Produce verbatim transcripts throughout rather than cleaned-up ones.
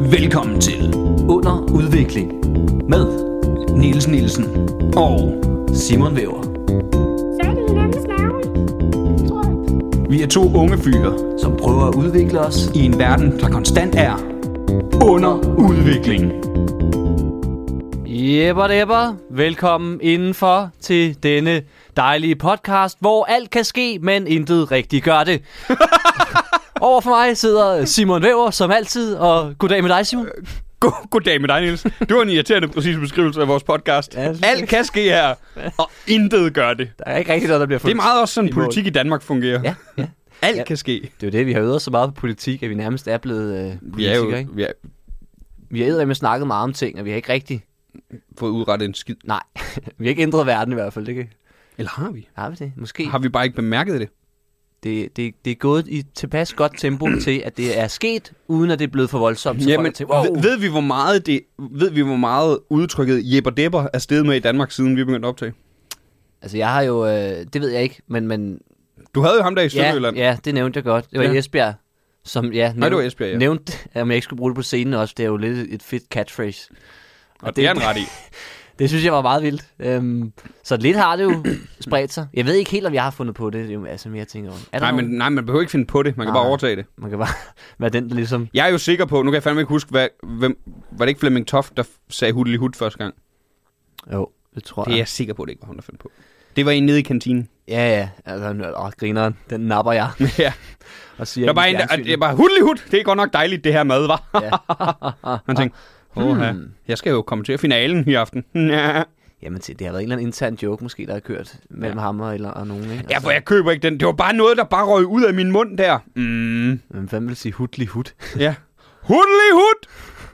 Velkommen til Under Udvikling med Niels Nielsen og Simon Væver. Så er det hinandens navn, tror jeg. vi er to unge fyre Som prøver at udvikle os i en verden, der konstant er under udvikling. Jepper depper. Velkommen indenfor til denne dejlige podcast, hvor alt kan ske, men intet rigtig gør det. Over for mig sidder Simon Væver, som altid, og goddag med dig, Simon. God, goddag med dig, Niels. Det var en irriterende præcis beskrivelse af vores podcast. Ja, Alt kan ske her, og intet gør det. Der er ikke rigtig noget, der bliver Det er meget også sådan, i mål. politik i Danmark fungerer. Ja, ja. Alt Ja. kan ske. Det er jo det, vi har øvet os så meget på politik, at vi nærmest er blevet øh, Vi er jo politikere, ikke? vi har Vi har eddermame snakket meget om ting, og vi har ikke rigtig... fået udrettet en skid. Nej, vi har ikke ændret verden i hvert fald, det kan... Eller har vi? Har vi det? Måske. Har vi bare ikke bemærket det? Det, det, det er gået i tilpas godt tempo til, at det er sket, uden at det er blevet for voldsomt. Så Jamen, folk tænker, wow. ved, ved vi hvor meget det ved vi hvor meget udtrykket jepper depper er steget med i Danmark siden vi begyndte at optage? Altså, jeg har jo... Øh, det ved jeg ikke, men... men Du havde jo ham der i ja, Sønderjylland. ja, det nævnte jeg godt. Det var Ja. i Esbjerg, som ja, nævnte, Nej, det var Esbjerg, ja. nævnte, om jeg ikke skulle bruge det på scenen også. Det er jo lidt et fedt catchphrase. Og, og det er en ret i. Det synes jeg var meget vildt. Øhm, så lidt har det jo spredt sig. Jeg ved ikke helt, om jeg har fundet på det. Det er jo altså mere ting over. Er der Nej, men, nogen? nej, man behøver ikke finde på det. Man kan Nej. bare overtage det. Man kan bare være den, der ligesom... Jeg er jo sikker på, nu kan jeg fandme ikke huske, hvad, hvem, var det ikke Flemming Toft, der sagde hudelig hud første gang? Jo, det tror Det er jeg. jeg sikker på, det ikke var hun, der fandt på. Det var en nede i kantinen. Ja, ja. Altså, åh, grineren. Den napper jeg. Ja. Og siger, Der var en, der, at det er bare hudlig hud. Det er godt nok dejligt, det her mad, var. Ja. Man tænkte, åh, Hmm. jeg skal jo komme til finalen i aften. Ja. Jamen, det har været en eller anden intern joke, måske, der har kørt mellem Ja. ham og, eller, og nogen, ikke? Ja, for jeg køber ikke den. Det var bare noget, der bare røg ud af min mund der. Mm. Men hvem vil sige hudlig hud? Ja. Hudlig hud!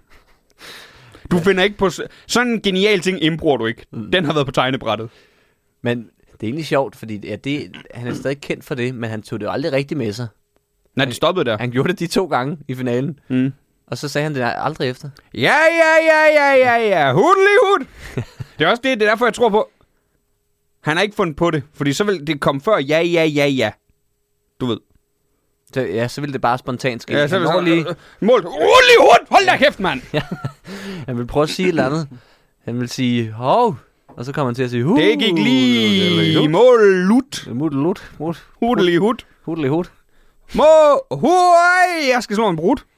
Du finder ikke på... s- Sådan en genial ting indbruger du ikke. Den har været på tegnebrættet. Men det er egentlig sjovt, fordi ja, det, han er stadig kendt for det, men han tog det jo aldrig rigtig med sig. Nej, det stoppede der. Han gjorde det de to gange i finalen, Mm. og så sagde han det aldrig efter. Ja, ja, ja, ja, ja, ja. Hudlig hud! Det er også det, det er derfor, jeg tror på... Han har ikke fundet på det, fordi så vil det komme før. Ja, ja, ja, ja. Du ved. Så, ja, så ville det bare spontant ske. Ja, så han, vil når lige, Mål. Hudlig hud! Hold da kæft, mand! han ville prøve at sige et eller andet. Han ville sige, hov, og så kommer han til at sige, hu. Det gik lige i mål. Lut. Mut, lut, mut, Hudlig hud. hudlig hud. Må... Hui! Jeg skal slå en brud.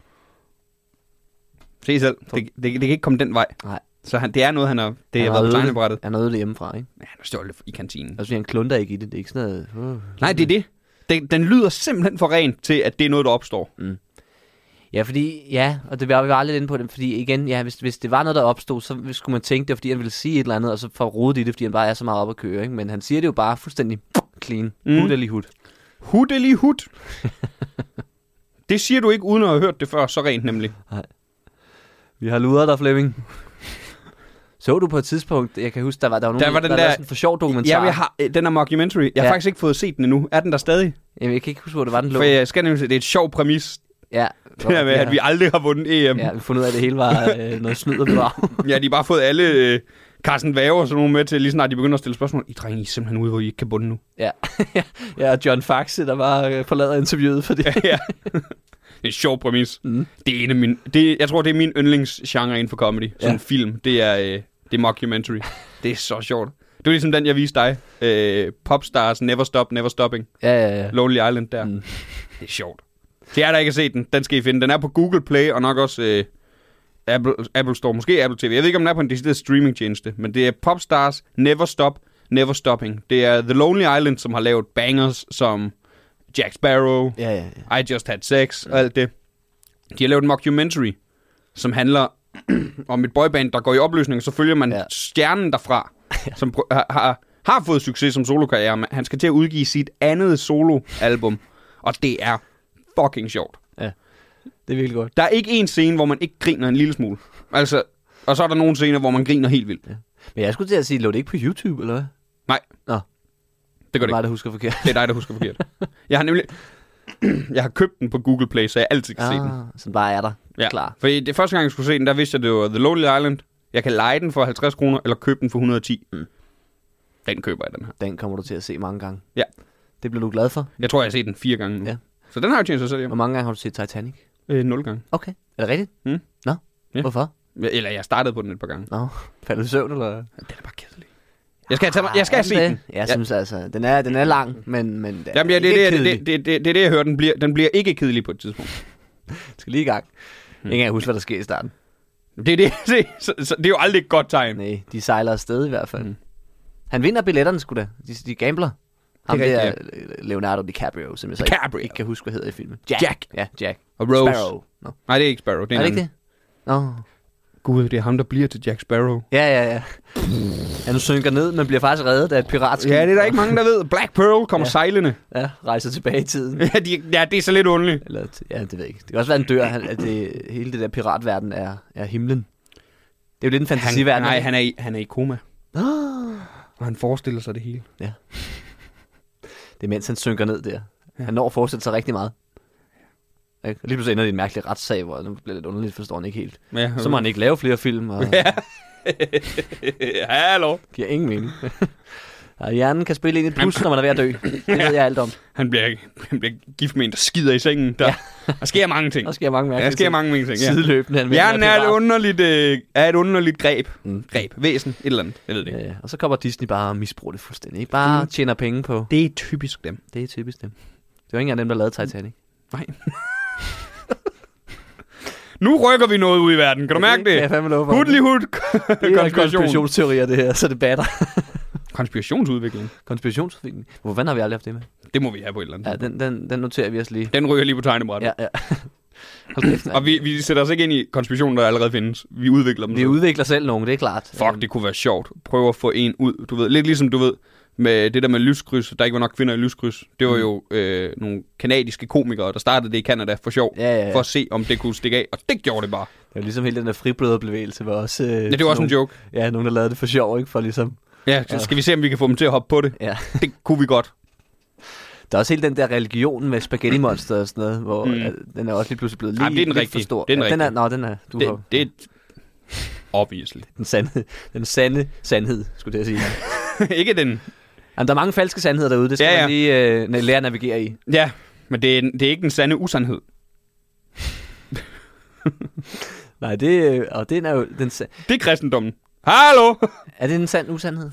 Se selv. Det, det, det kan ikke komme den vej. Nej. Så han, det er noget, han har... Det har Han været på øvet tegnebrættet. Han har øvet det hjemmefra, ikke? Ja, han har stjålet det i kantinen. Altså, han klunder ikke i det. Det er ikke sådan noget... Uh, Nej, det er det. Den, den lyder simpelthen for rent til, at det er noget, der opstår. Ja, fordi, ja, og det var vi var aldrig inde på det, fordi igen, ja, hvis, hvis det var noget, der opstod, så skulle man tænke det, fordi han ville sige et eller andet, og så få rodet i det, fordi han bare er så meget op at køre, ikke? Men han siger det jo bare fuldstændig clean. Mm. Hudelig hud. Hudelig hud. Det siger du ikke, uden at have hørt det før, så rent nemlig. Vi har luret dig, Flemming. Så du på et tidspunkt, jeg kan huske, der var, der var nogen, Der var den der, der- der sådan en for sjov dokumentar. Ja, jeg har, den er mockumentary. Jeg har Ja. faktisk ikke fået set den endnu. Er den der stadig? Jamen, jeg kan ikke huske, hvor det var, den lå. For jeg skal nemlig sige, det er et sjov præmis. Ja. Det der med, at vi aldrig har vundet E M. Ja, vi fundet ud af, at det hele var øh, noget snyd og bedrag. Ja, de har bare fået alle øh, Carsten Væver og sådan nogle med til, lige snart de begynder at stille spørgsmål. I drenge, I er simpelthen ude, hvor I ikke kan bunde nu. Ja, ja, og John Faxe, der bare øh, forlader interviewet for det. Ja. Det er en sjov præmis. Mm. Det er en af mine, det, jeg tror, det er min yndlingsgenre inden for comedy. Sådan Ja. en film. Det er, øh, det er mockumentary. Det er så sjovt. Det var ligesom den, jeg viste dig. Øh, Popstars, Never Stop, Never Stopping. Ja, ja, ja. Lonely Island der. Mm. Det er sjovt. Til jer, der ikke har set den, den skal I finde. Den er på Google Play og nok også øh, Apple, Apple Store. Måske Apple T V. Jeg ved ikke, om den er på en decideret streamingtjeneste. Men det er Popstars, Never Stop, Never Stopping. Det er The Lonely Island, som har lavet bangers som Jack Sparrow, Ja, ja, ja. I Just Had Sex og alt det. De har lavet en mockumentary, som handler om et boyband, der går i opløsning, så følger man Ja. ja. stjernen derfra, som prø- har, har, har fået succes som solokarriere. Men han skal til at udgive sit andet soloalbum, og det er fucking sjovt. Det er virkelig godt. Der er ikke en scene, hvor man ikke griner en lille smule. Altså, og så er der nogle scener, hvor man griner helt vildt. Men jeg skulle til at sige, lå det ikke på YouTube, eller hvad? Nej. Nå. Det gør Det det var ikke. der husker forkert. Det er dig, der husker forkert. Jeg har nemlig... jeg har købt den på Google Play, så jeg altid kan se den. Ah, så den bare er der. Ja, Klar. fordi det første gang, jeg skulle se den, der vidste jeg, det var The Lonely Island. Jeg kan leje den for halvtreds kroner, eller købe den for et hundrede og ti. Mm. Den køber jeg, den her. Den kommer du til at se mange gange. Ja. Det bliver du glad for. Jeg tror, jeg har set den fire gange nu. Ja. Så den har jeg tjent sig selv hjem. Hvor mange gange har du set Titanic? Øh, nul gange. Okay. Er det rigtigt? Mm. Nå, Ja. hvorfor? Eller jeg startede på den et par gange. Nå, faldt du i søvn, eller? Den er bare kedelig. Jeg skal, tage, mig- jeg skal Ah, se er den. det? Jeg synes altså, den er, den er lang, men, men den er Jamen, ja, det, ikke det, det, kedelig. det, det, det, det er det, jeg hører. Den bliver, den bliver ikke kedelig på et tidspunkt. skal lige i gang. Hmm. Ingen af jer husker, hvad der sker i starten. Det er, det, det, så, så, det er jo aldrig et godt tegn. Nej, de sejler afsted i hvert fald. Mm. Han vinder billetterne, sgu da. De, de gambler. Ham Det er der Leonardo DiCaprio, som jeg så DiCaprio. ikke, ikke kan huske, hvad hedder i filmen. Jack. Ja, Jack. Og Rose. Sparrow. Nå. Nej, det er ikke Sparrow. Det er, Er det en ikke anden. det? Nå. Gud, det er ham, der bliver til Jack Sparrow. Ja, ja, ja. Han synker ned, men bliver faktisk reddet af et piratskib. Ja, det er der ikke mange, der ved. Black Pearl kommer Ja. sejlende. Ja, rejser tilbage i tiden. Ja, de, ja, det er så lidt underligt. Eller, t- ja, det ved jeg ikke. Det kan også være, han dør, han, at det, hele det der piratverden er, er himlen. Det er jo lidt en fantasiverden. nej, ikke? han er, i, han er i koma. Ah. Og han forestiller sig det hele. Det er mens han synker ned der. Ja. Han når at forestille sig rigtig meget. Ikke? Og lige pludselig ender det i en mærkelig retssag, hvor det bliver lidt underligt, forstår han ikke helt. Ja, Så må han ikke lave flere film, og Ja. Hallo. giver ingen mening. Og hjernen kan spille ind i et pus, når man er ved at dø. Det ved jeg alt om. Han bliver, han bliver gift med en, der skider i sengen. Der, ja. der sker mange ting. Der sker mange Ja, mærkelige der sker ting. mange ting. Ja. Sideløbende. Han Hjernen vinder er et, pirat. underligt, øh, er et underligt greb. Mm. Greb. Væsen. Et eller andet. Jeg ved det ikke. Ja, ja. Og så kommer Disney bare og misbruger det fuldstændig. Ikke? Bare Mm. tjener penge på. Det er typisk dem. Det er typisk dem. Det var ingen af dem, der lavede Titanic. Nej. Nu rykker vi noget ud i verden. Kan du mærke Kan jeg det? fandme love for. Hudlig-hud. Det er Konspiration. konspirationsteorier, det her, så det batter. Konspirationsudvikling. Konspirationsudvikling. Hvorfor har vi aldrig haft det med? Det må vi have på et eller andet. Ja, den, den, den noterer vi os lige. Den ryger lige på tegnebrættet. Ja, ja. Hold kæft, Og vi, vi sætter os ikke ind i konspirationer, der allerede findes. Vi udvikler dem. vi selv. udvikler selv nogen, det er klart. Fuck, det kunne være sjovt. Prøv at få en ud. Du ved, lidt ligesom du ved, med det der med lyskryds. Der ikke var nok kvinder i lyskryds. Det var Mm. jo øh, nogle kanadiske komikere, der startede det i Canada for sjov. Ja, ja, ja. For at se, om det kunne stikke af. Og det gjorde det bare. Det var ligesom hele den der fribløderbevægelse var også... Øh, Ja, det var også en joke. Ja, nogen, der lavede det for sjov, ikke? For ligesom... Ja, så skal vi se, om vi kan få dem til at hoppe på det. Ja. Det kunne vi godt. Der er også hele den der religion med spaghetti monster og sådan noget, hvor Mm. mm. den er også lige pludselig blevet lige Ej, det er den lidt rigtige. for stor. Det er den ja, den er, rigtige. nå, den er... Du Det, har, det er obviously. den, sande, den sande sandhed, skulle jeg sige. Ikke den. Jamen, der er mange falske sandheder derude, det skal Ja, ja. man lige øh, lære at navigere i. Ja, men det er, det er ikke den sande usandhed. Nej, det, øh, og den er jo... Den, sa- Det er kristendommen. Hallo! er det en sand usandhed?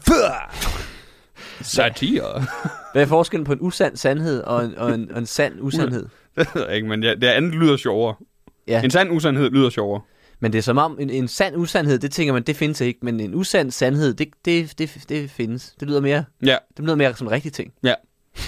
Satire. Hvad er forskellen på en usand sandhed og en, og en, og en sand usandhed? Det ved jeg ikke, men ja, det andet lyder sjovere. Ja, En sand usandhed lyder sjovere. men det er som om, en, en sand usandhed, det tænker man, det findes ikke, men en usand sandhed, det, det, det, det findes. Det lyder mere, Ja, det lyder mere som en rigtig ting. ja.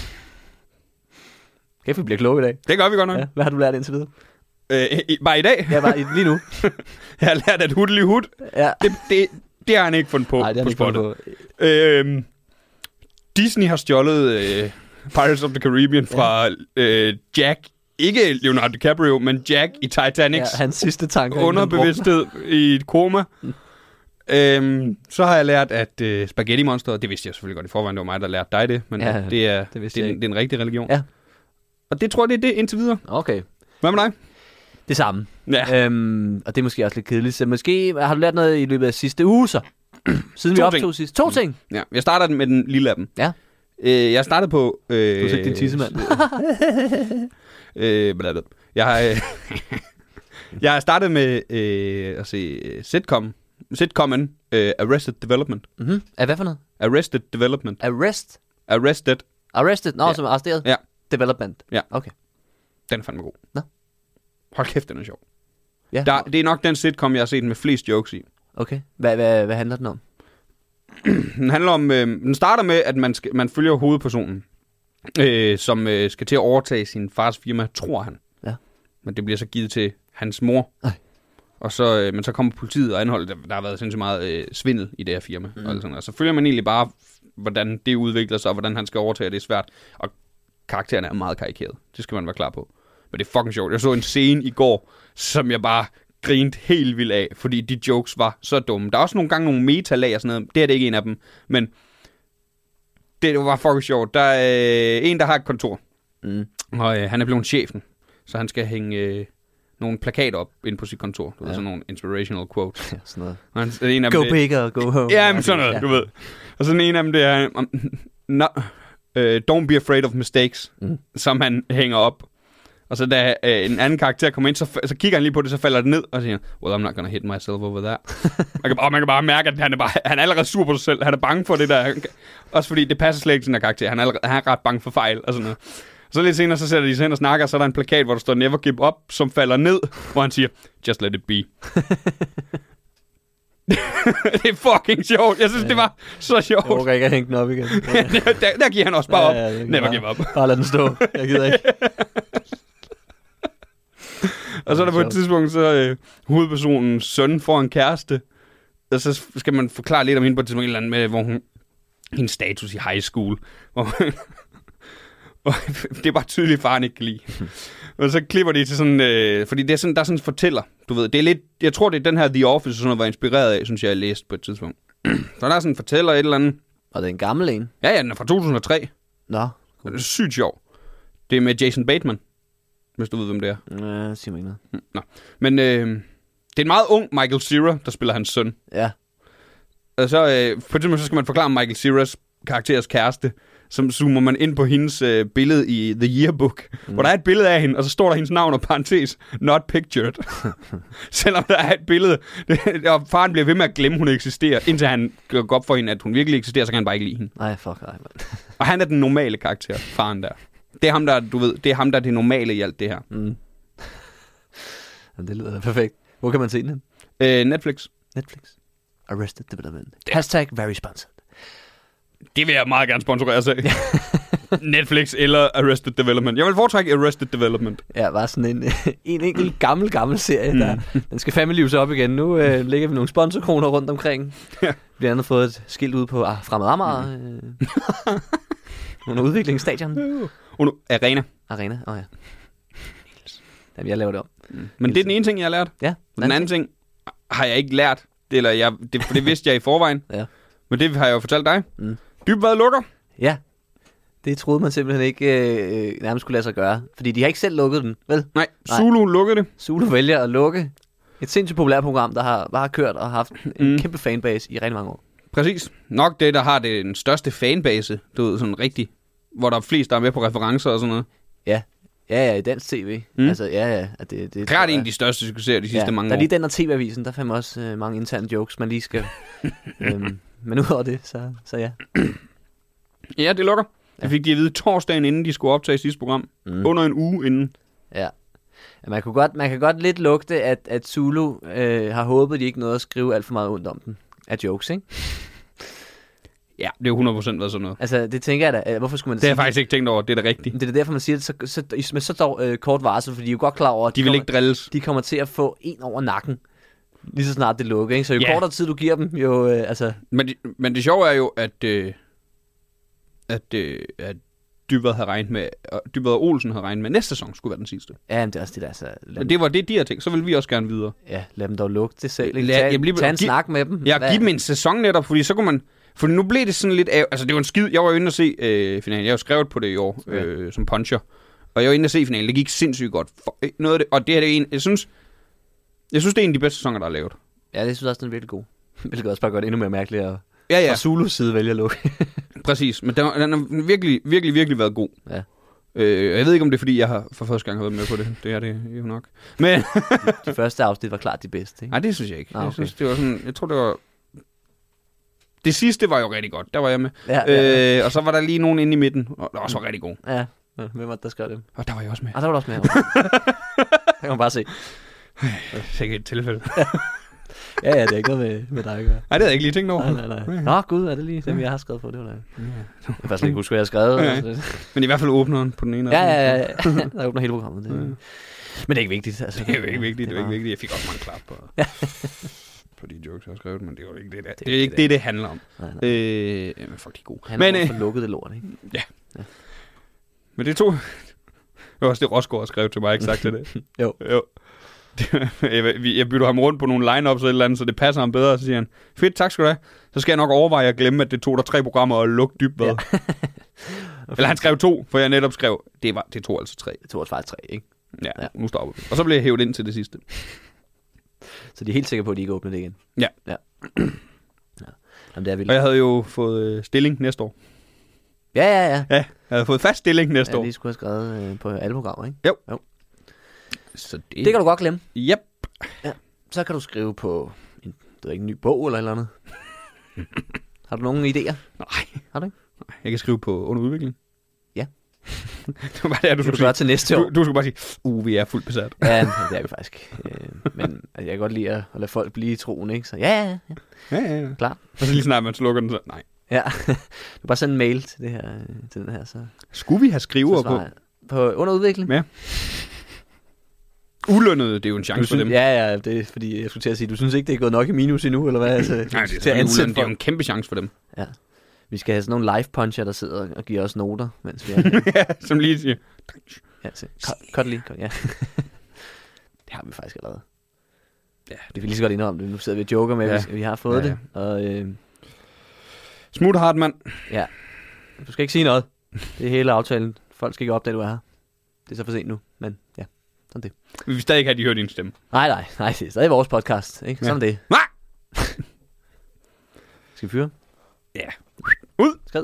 Kæft, vi bliver kloge i dag. Det gør vi godt nok. Ja, hvad har du lært indtil videre? Øh, i, bare i dag. Ja, bare i- lige nu. Jeg har lært, at hudlig hud, Ja. det, det, det har han ikke fundet på. Nej, det har på vi ikke fundet spottet. på. Øhm, Disney har stjålet øh, Pirates of the Caribbean fra øh, Jack. Ikke Leonardo DiCaprio, men Jack i Titanic. Ja, hans sidste tanker. Underbevidsthed i et koma. Øhm, så har jeg lært, at øh, spaghetti monster, det vidste jeg selvfølgelig godt i forvejen, det var mig, der lærte dig det, men Ja, ja, det, er, det det, vidste det, jeg er, ikke. det er en rigtig religion. Ja. Og det tror jeg, det er det indtil videre. Okay, Hvad med dig? det samme. Ja. Øhm, og det er måske også lidt kedeligt. Så måske har du lært noget i løbet af sidste uge, så? Siden vi To optog ting. sidst. To ting. Ja, jeg starter med den lille af dem. Ja. Øh, jeg startede på... Øh, Du har set din tissemand. øh, blablabla. jeg har... Øh, jeg har startet med øh, at se øh, sitcom. Sitcomen øh, Arrested Development. Mhm. Er hvad for noget? Arrested Development. Arrest? Arrested. Arrested? Nå, Ja. som er arresteret? Ja. Development? Ja. Okay. Den er fandme god. Nå. Hold kæft, den er sjov. Ja. Der, det er nok den sitcom, jeg har set med flest jokes i. Okay. Hvad, hvad, hvad handler den om? Den handler om, øh, den starter med, at man, skal, man følger hovedpersonen, øh, som øh, skal til at overtage sin fars firma, tror han. Ja. Men det bliver så givet til hans mor. Ej. Og så, øh, men så kommer politiet og anholder, der, der har været sindssygt meget øh, svindel i det her firma. Mm. Og sådan, og så følger man egentlig bare, hvordan det udvikler sig, og hvordan han skal overtage, det er svært. Og karakteren er meget karikeret. Det skal man være klar på. Men det er fucking sjovt. Jeg så en scene i går, som jeg bare grinte helt vildt af, fordi de jokes var så dumme. Der er også nogle gange nogle metalag og sådan noget. Det er det ikke en af dem. Men det var fucking sjovt. Der er øh, en, der har et kontor. Mm. Og øh, han er blevet chefen. Så han skal hænge øh, nogle plakater op ind på sit kontor. Du ved, Ja. sådan nogle inspirational quotes. Ja, sådan noget. Og han, en af Go dem, det, big or go home. ja, men sådan noget, Ja. du ved. Og sådan en af dem, det er... Um, no, uh, don't be afraid of mistakes. Mm. Som han hænger op. Og så da øh, en anden karakter kommer ind, så, så kigger han lige på det, så falder det ned, og siger, well, I'm not gonna hit myself over there. man kan, og man kan bare mærke, at han er, bare, han er allerede sur på sig selv. Han er bange for det der. Også fordi det passer slet ikke til den der karakter. Han er, allerede, han er ret bange for fejl og sådan noget. Så lidt senere, så sætter de sig hen og snakker, og så er der en plakat, hvor der står Never Give Up, som falder ned, hvor han siger, just let it be. Det er fucking sjovt. Jeg synes, ja. det var så sjovt. Jeg overgår ikke at hænge den op igen. der, der, der giver han også bare ja, op. ja, Never bare, give up. Bare lad den stå. Jeg gider ikke. Og så er der på et tidspunkt, så øh, hovedpersonens søn får en kæreste. Og så skal man forklare lidt om hende på et tidspunkt, eller andet med, hvor hun... hendes status i high school. Hvor, og det er bare tydeligt, at faren ikke kan lide. Og så klipper de til sådan... Øh, fordi det er sådan, der er sådan en fortæller, du ved. Det er lidt... Jeg tror, det er den her The Office, sådan noget, var inspireret af, synes jeg, jeg læste på et tidspunkt. Så der er sådan en fortæller et eller andet. Og det er en gammel en? Ja, ja, den er fra to tusind og tre. Nå. Det er sygt sjov. Det er med Jason Bateman, hvis du ved, hvem det er. Ja, sig mig noget. Nå. Men øh, det er en meget ung Michael Cera, der spiller hans søn. Ja. Og så øh, på et tidspunkt, så skal man forklare Michael Ceras karakteres kæreste, så zoomer man ind på hendes øh, billede i The Yearbook, mm. hvor der er et billede af hende, og så står der hendes navn og parentes, not pictured. Selvom der er et billede, det, og faren bliver ved med at glemme, hun eksisterer, indtil han går op for hende, at hun virkelig eksisterer, så kan han bare ikke lide hende. Nej, fuck nej, mand. Og han er den normale karakter, faren der. Det er ham, der, du ved, det er ham, der er det normale i alt det her. Mm. Jamen, det lyder da perfekt. Hvor kan man se den? Øh, Netflix. Netflix. Arrested Development. Hashtag very sponsored. Det vil jeg meget gerne sponsorere sig. Netflix eller Arrested Development. Jeg vil foretrække Arrested Development. Ja, bare sådan en, en enkelt gammel, gammel serie, der mm. den skal fandme lives op igen. Nu øh, lægger vi nogle sponsorkroner rundt omkring. Ja. Vi har andet fået et skilt ud på ah, Fremad Amager. Mm. Øh, nogle udviklingsstadion. Uh, arena. Arena, åh oh, ja. Jamen, jeg laver det om. Mm. Men det er den ene ting, jeg har lært. Ja. Den anden ting har jeg ikke lært. Det, eller jeg, det, for det vidste jeg i forvejen. Ja. Men det har jeg jo fortalt dig. Mm. Dybvad lukker. Ja. Det troede man simpelthen ikke øh, nærmest skulle lade sig gøre. Fordi de har ikke selv lukket den, vel? Nej, Zulu Nej. lukkede det. Zulu vælger at lukke et sindssygt populært program, der har bare kørt og haft en mm. kæmpe fanbase i rigtig mange år. Præcis. Nok det, der har det den største fanbase, du ved, sådan rigtig, hvor der er flest, der er med på referencer og sådan noget. Ja. Ja, ja, i dansk tv. Mm. Altså, ja, ja. Det, det, det klart en af de største succeser de sidste ja, mange der år. Der er lige den og T V-avisen, der fandme også øh, mange interne jokes, man lige skal... øhm, men udover det, så, så ja. Ja, det lukker. Ja. Det fik de at vide torsdagen, inden de skulle optage sidste program. Mm. Under en uge inden. Ja. Ja, man, kunne godt, man kan godt lidt lugte, at, at Zulu øh, har håbet, at de ikke nåede at skrive alt for meget ondt om den. Af jokes, ikke? Ja, det er hundrede procent været sådan noget. Altså, det tænker jeg da. Hvorfor skulle man det har jeg faktisk ikke tænkt over. Det er da rigtigt. Det er derfor, man siger det så, så, med så dog, øh, kort varsel, fordi de er jo godt klar over, at de, de vil kommer, ikke drilles. De kommer til at få en over nakken, lige så snart det lukker, ikke? Så jo yeah. kortere tid du giver dem, jo... Øh, altså... men, det, men det sjove er jo, at, øh, at, øh, at Dybvad havde regnet med, og Dybvad og Olsen havde regnet med, at næste sæson skulle være den sidste. Ja, men det er også det der... Så men det var det, de har tænkt. Så vil vi også gerne videre. Ja, lad dem dog lukke det selv. Lad, tag, jeg bliver, tag en gi- snak med dem. Ja, giv dem en sæson netop, fordi så kunne man... For nu blev det sådan lidt af... Altså, det var en skid... Jeg var jo inde og se øh, finalen. Jeg har jo skrevet på det i år, øh, ja. som puncher. Og jeg var inde og se finalen. Det gik sindssygt godt. For, øh, noget af det, og det er det en... Jeg synes... Jeg synes, det er en af de bedste sæsoner, der er lavet. Ja, det synes jeg også, den er virkelig god. Hvilket også bare gør det endnu mere mærkeligt at... Ja, ja. Og Zulus side vælger at lukke. Præcis. Men den, den har virkelig, virkelig, virkelig været god. Ja. Øh, jeg ved ikke, om det er, fordi jeg har for første gang været med på det. Det er det jo nok. Men... de, de første afsnit var klart de bedste, ikke? Nej, det synes jeg ikke. Ah, okay. Jeg synes, det var sådan... Jeg tror, det var... Det sidste var jo rigtig godt. Der var jeg med. Ja, ja, ja. Øh, og så var der lige nogen inde i midten, og der også var rigtig god. Ja, hvem var det, der skrev dem? Og der var jeg også med. Ah, der var du også med. Det kan man bare se. Det er ikke et tilfælde. Ja, ja, det er ikke noget med, med dig at gøre. Nej, det havde jeg ikke lige tænkt over. Nej, nej, nej. Nå, gud, er det lige dem, jeg har skrevet på? Det var da... Ja. Jeg kan faktisk ikke huske, hvad jeg har skrevet. Ja, ja. Men i hvert fald åbneren på den ene. Ja, ja, ja. Der åbner hele programmet. Det. Ja. Men det er ikke vigtigt. Altså. Det er jo ikke vigtigt. Det er ikke vigtigt. Jeg fik også mange klap på, på de jokes, jeg har skrevet, men det er jo ikke det, der. Det, det er ikke det, det, det handler om. Nej, nej. Øh, men fuck, de er gode. Han har øh, lukket det lort, ikke? Ja. ja. Men det tog... Det var også det, Rosgaard har skrevet til mig, ikke sagt til det? Jo. Jo. Jeg bytter ham rundt på nogle line-ups og et eller andet, så det passer ham bedre, så siger han, fedt, tak skal du have. Så skal jeg nok overveje at glemme, at det tog der tre programmer og lukke Dybvad. Ja. Eller han skrev to, for jeg netop skrev, det var det tog altså tre. Det tog faktisk tre, ikke? Ja, ja, nu stopper vi. Og så blev jeg hævet ind til det sidste. Så de er helt sikre på, at de ikke åbner det igen? Ja. Ja. Ja. Jamen, det er vildt. Og jeg havde jo fået øh, stilling næste år. Ja, ja, ja. Ja, jeg havde fået fast stilling næste ja, år. Jeg lige skulle have skrevet øh, på alle programmer, ikke? Jo. jo. Så det... Det kan du godt glemme. Yep. Ja. Så kan du skrive på en, det er ikke en ny bog eller et eller andet. Har du nogle idéer? Nej. Har du ikke? Nej, jeg kan skrive på under udvikling. Ja. Det var bare det, du Det skulle du gøre sige. til næste år. Du, du skulle bare sige, uh, vi er fuldt besat. Ja, det er vi faktisk. Øh, men altså, jeg kan godt lide at, at lade folk blive i troen, ikke? Så ja, ja, ja. Ja, ja, ja. Klart. Og så lige snart man slukker den, så nej. Ja. Du kan bare sende en mail til, det her, til den her, så, Skulle vi have skriver så på? svarer jeg. På under udvikling? Ja. Ulønnet, det er jo en Du chance for synes, dem. ja, ja, det er fordi, jeg skulle til at sige, du synes ikke, det er gået nok i minus endnu, eller hvad? Altså, Nej, det er, til at selvfølgelig ansætte ulønnet. Det er jo folk. en kæmpe chance for dem. Ja. Vi skal have sådan nogle live puncher, der sidder og giver os noter, mens vi er Ja, som lige siger. ja, så, cut, cut lige, cut, ja. Det har vi faktisk allerede. Ja, Det er vi lige så godt indrømme det. Nu sidder vi og joker med, Ja. at vi, vi har fået Ja, det. Og øh, Smut Hartmann. ja, du skal ikke sige noget. Det er hele aftalen. Folk skal ikke opdage, du er her. Det er så for sent nu, men ja, sådan det. Vi vil stadig ikke have, de hørt din stemme. Nej, nej, nej, det er stadig vores podcast, ikke? Sådan Ja. er det. Nej! Skal vi fyre? Ja. Ud! Skrid.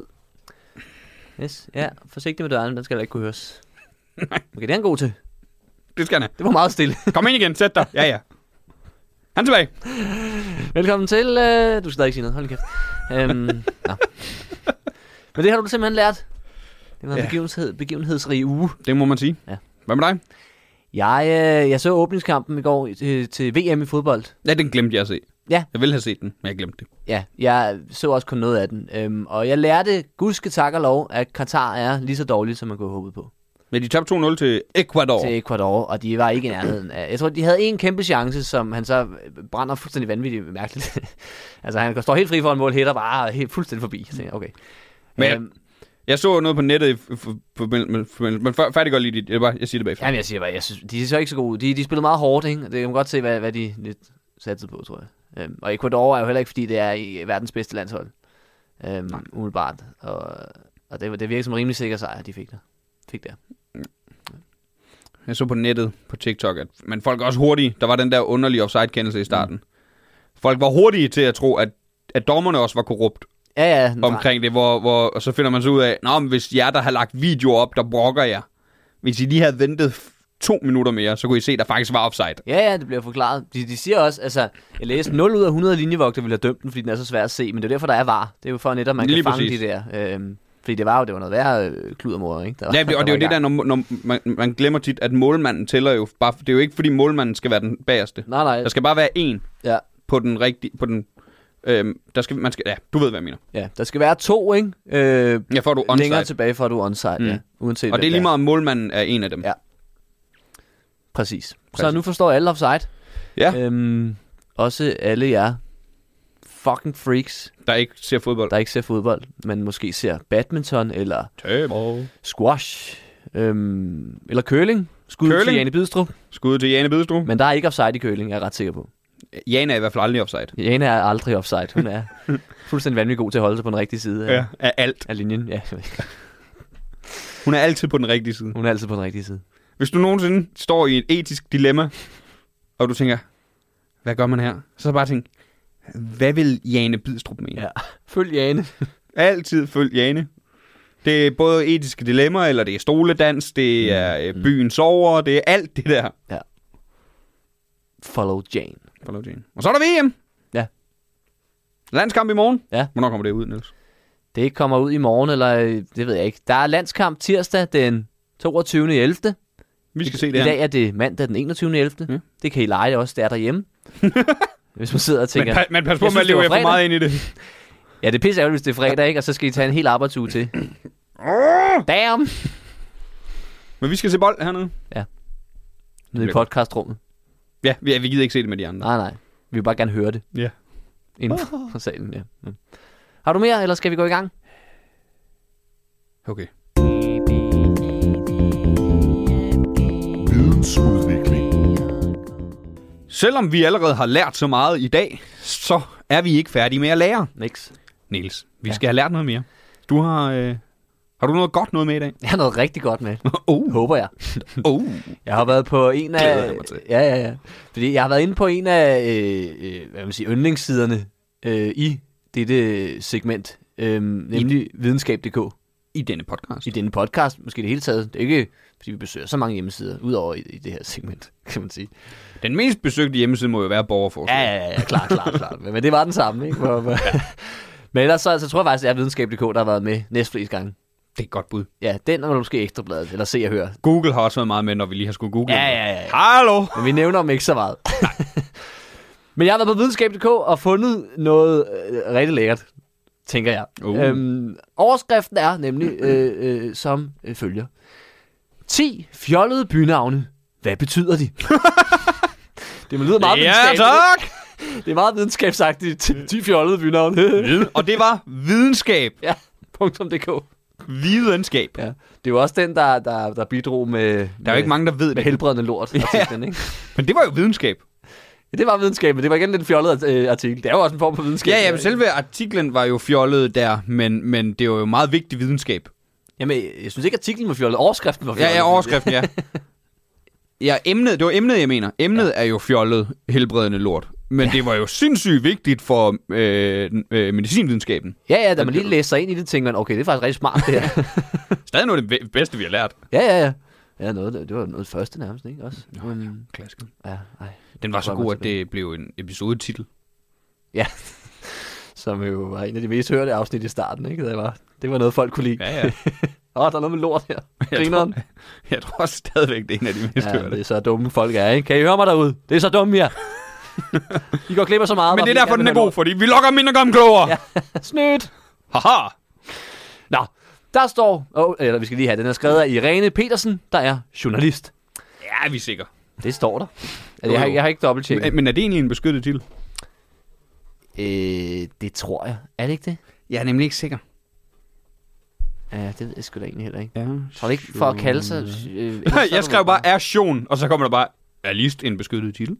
Yes, ja, forsigtig med døren, den skal da ikke kunne høres. Okay, det er en god til. Det skal han Det var meget stille. have. Kom ind igen, sæt dig. Ja, ja. Han er tilbage. Velkommen til, øh, du skal stadig ikke sige noget, hold kæft. Øhm, nå. Men det har du simpelthen lært. Det var en Ja. begivenhed, begivenhedsrig uge. Det må man sige. Ja. Hvad med dig? Jeg, øh, jeg så åbningskampen i går til, til V M i fodbold. Ja, den glemte jeg at se. Ja. Jeg ville have set den, men jeg glemte det. Ja, jeg så også kun noget af den. Øhm, og jeg lærte, gudske tak og lov, at Katar er lige så dårligt, som man kunne håbe på. Men de tabte to nul til Ecuador. Til Ecuador, og de var ikke i nærheden af. Jeg tror, de havde en kæmpe chance, som han så brænder fuldstændig vanvittigt mærkeligt. Altså, han står helt fri for en mål, hætter bare helt fuldstændig forbi. Så tænker jeg, okay. Men- Øhm, Jeg så noget på nettet, i f- f- f- men- men før- færdig godt lige dit. Jeg, bare, jeg siger det bagefter. Jamen, jeg siger bare, jeg synes, de er så ikke så gode ud. De, de spillede meget hårdt, ikke? Det kan man godt se, hvad, hvad de lidt satsede på, tror jeg. Øhm, og Ecuador er jo heller ikke, fordi det er i verdens bedste landshold. Øhm, umiddelbart. Og, og det, det virker som en rimelig sikker sejr, de fik der. Fik der. Jeg så på nettet, på TikTok, at men folk er også hurtige. Der var den der underlige offside-kendelse i starten. Mm. Folk var hurtige til at tro, at, at dommerne også var korrupt Ja, ja. omkring det, hvor, hvor, og så finder man så ud af, nå, men hvis jer, der har lagt video op, der brokker jer, hvis I lige havde ventet f- to minutter mere, så kunne I se, at der faktisk var offside. Ja, ja, det bliver forklaret. De, de siger også, altså, jeg læste nul ud af hundrede linjevogter ville have dømt den, fordi den er så svær at se, men det er derfor, der er var. Det er jo for netop, man kan Lige fange præcis. de der. Øhm, fordi det var jo, det var noget værre øh, kludermor, ikke? Der var, Ja, det, og det er jo det der, når, når man, man glemmer tit, at målmanden tæller jo bare, det er jo ikke fordi målmanden skal være den bagerste. Nej, nej. Der skal bare være en Ja. på den rigtige, på den, øhm, der skal, man skal, ja, du ved, hvad jeg mener. Ja, der skal være to, ikke? Øh, Ja, får du onside. længere tilbage, for at du er onside, Mm. ja. Uanset Og det er hvem lige meget, om målmanden er en af dem. Ja. Præcis. Så Præcis. nu forstår alle offside. Ja. Øhm, også alle jer fucking freaks, Der ikke ser fodbold. der ikke ser fodbold, men måske ser badminton, eller Table. squash, øhm, eller curling. Skud til Curling? Jane Bidstrup. Skud til Jane Bidestrup. Men der er ikke offside i curling, jeg er ret sikker på. Jane er i hvert fald aldrig offside. Jane er aldrig offside. Hun er fuldstændig vanvittig god til at holde sig på den rigtige side af, af alt. af linjen. Ja, Hun er altid på den rigtige side. hun er altid på den rigtige side. Hvis du nogensinde står i et etisk dilemma, og du tænker, hvad gør man her? Så bare tænk, hvad vil Jane Bidstrup mene? Ja. Følg Jane. Altid følg Jane. Det er både etiske dilemmaer, eller det er stoledans, det er øh, byen sover, det er alt det der. Follow Jane. Follow Jane. Og så er der V M. Ja. Landskamp i morgen. Ja. Hvornår kommer det ud, Niels? Det kommer ud i morgen, eller øh, det ved jeg ikke. Der er landskamp tirsdag den toogtyvende ellevte Vi skal se I det her. dag er det mandag den enogtyvende ellevte Ja. Det kan I lege også, det er derhjemme. Hvis man sidder og tænker... Men, pa- men pas på Jeg med at synes, det var leve for fredag. meget ind i det. Ja, det er pisse ærgerligt, hvis det er fredag, ikke? Og så skal I tage en hel arbejdsuge til. Damn! Men vi skal se bold hernede. Nede i podcastrummet. Ja, vi, vi gider ikke se det med de andre. Nej, nej. Vi vil bare gerne høre det. Ja. Inden for salen, ja. Mm. Har du mere, eller skal vi gå i gang? Okay. Vidensudvikling. Selvom vi allerede har lært så meget i dag, så er vi ikke færdige med at lære. Niks. Niels, vi Ja. skal have lært noget mere. Du har... Øh, har du noget godt noget med i dag? Jeg har noget rigtig godt med. oh. Håber jeg. Oh. Jeg har været på en Glæder af... jeg mig til. Ja, ja, ja. Fordi jeg har været inde på en af, øh, øh, hvad man sige, yndlingssiderne øh, i dette segment. Øh, nemlig videnskab punktum d k. I denne podcast. i denne podcast, måske det hele taget. Det er ikke, fordi vi besøger så mange hjemmesider, udover i, i det her segment, kan man sige. Den mest besøgte hjemmeside må jo være borgerforslag. Ja, ja, ja, klart, klart, klart. Men, men det var den samme, ikke? Hvor, hvor... Men ellers så altså, tror jeg faktisk, det er videnskab punktum d k, der har været med næstflest gange. Det er et godt bud. Ja, den er måske Ekstrabladet, eller Se og Hør. Google har også været meget med, når vi lige har skulle google. Ja, ja, ja. Hallo! Men vi nævner dem ikke så meget. Men jeg har været på videnskab punktum d k og fundet noget øh, rigtig lækkert, tænker jeg. Uh. Øhm, overskriften er nemlig øh, øh, som øh, følger. ti fjollede bynavne. Hvad betyder de? Det lyder meget Ja, videnskabeligt. tak! Det er meget videnskabsagtigt. ti fjollede bynavne. Og det var videnskab. Ja, punktum .dk. Videnskab. Ja. Det er jo også den, der, der, der bidrog med, Der er jo ikke mange, der ved med det. helbredende lort. Artiklen, ikke? Men det var jo videnskab. Ja, det var videnskab, men det var igen lidt fjollet øh, artikel. Det er jo også en form for videnskab. Ja, ja, men selve artiklen var jo fjollet der, men, men det var jo meget vigtig videnskab. Jamen, jeg synes ikke, artiklen var fjollet. Overskriften var fjollet. Ja, ja, overskriften, ja. Ja, emnet, det var emnet, jeg mener. Emnet ja. er jo fjollet helbredende lort. Men ja. det var jo sindssygt vigtigt for øh, øh, medicinvidenskaben. Ja, ja, da man lige læser sig ind i det, tænker man, okay, det er faktisk rigtig smart, det her. Stadig noget af det bedste, vi har lært. Ja, ja, ja. Ja, noget, det var noget første nærmest, ikke? Også. Nå, um, ja, klassiker. Ja, ej. Den var så god, at det blev en episodetitel. Ja, som jo var en af de mest hørte afsnit i starten, ikke? Det var, det var noget, folk kunne lide. Ja, ja. Åh, oh, der er noget med lort her. Jeg Grineren. tror, jeg tror også stadigvæk, det er en af de mest Ja, hørte. det er så dumme folk er, ikke? Kan I høre mig derude? Det er så dumme, ja. I går glip af så meget. Men det er derfor, den er god. god, fordi vi lokker mindre gamle klogere. Ja, snydt. Haha. Nå, der står, oh, eller vi skal lige have, den er skrevet af Irene Petersen, der er journalist. Ja, vi er sikre. Det står der. Altså, jeg, har, jeg har ikke dobbelttjekket. Men, men er det egentlig en beskyttet titel? Øh, det tror jeg. Er det ikke det? Jeg er nemlig ikke sikker. Ja, det ved jeg sgu da egentlig heller ikke. Ja, Tror du ikke for at kalde sig... Øh, jeg skrev bare ertion, og så kommer der bare, er list en beskyttet titel?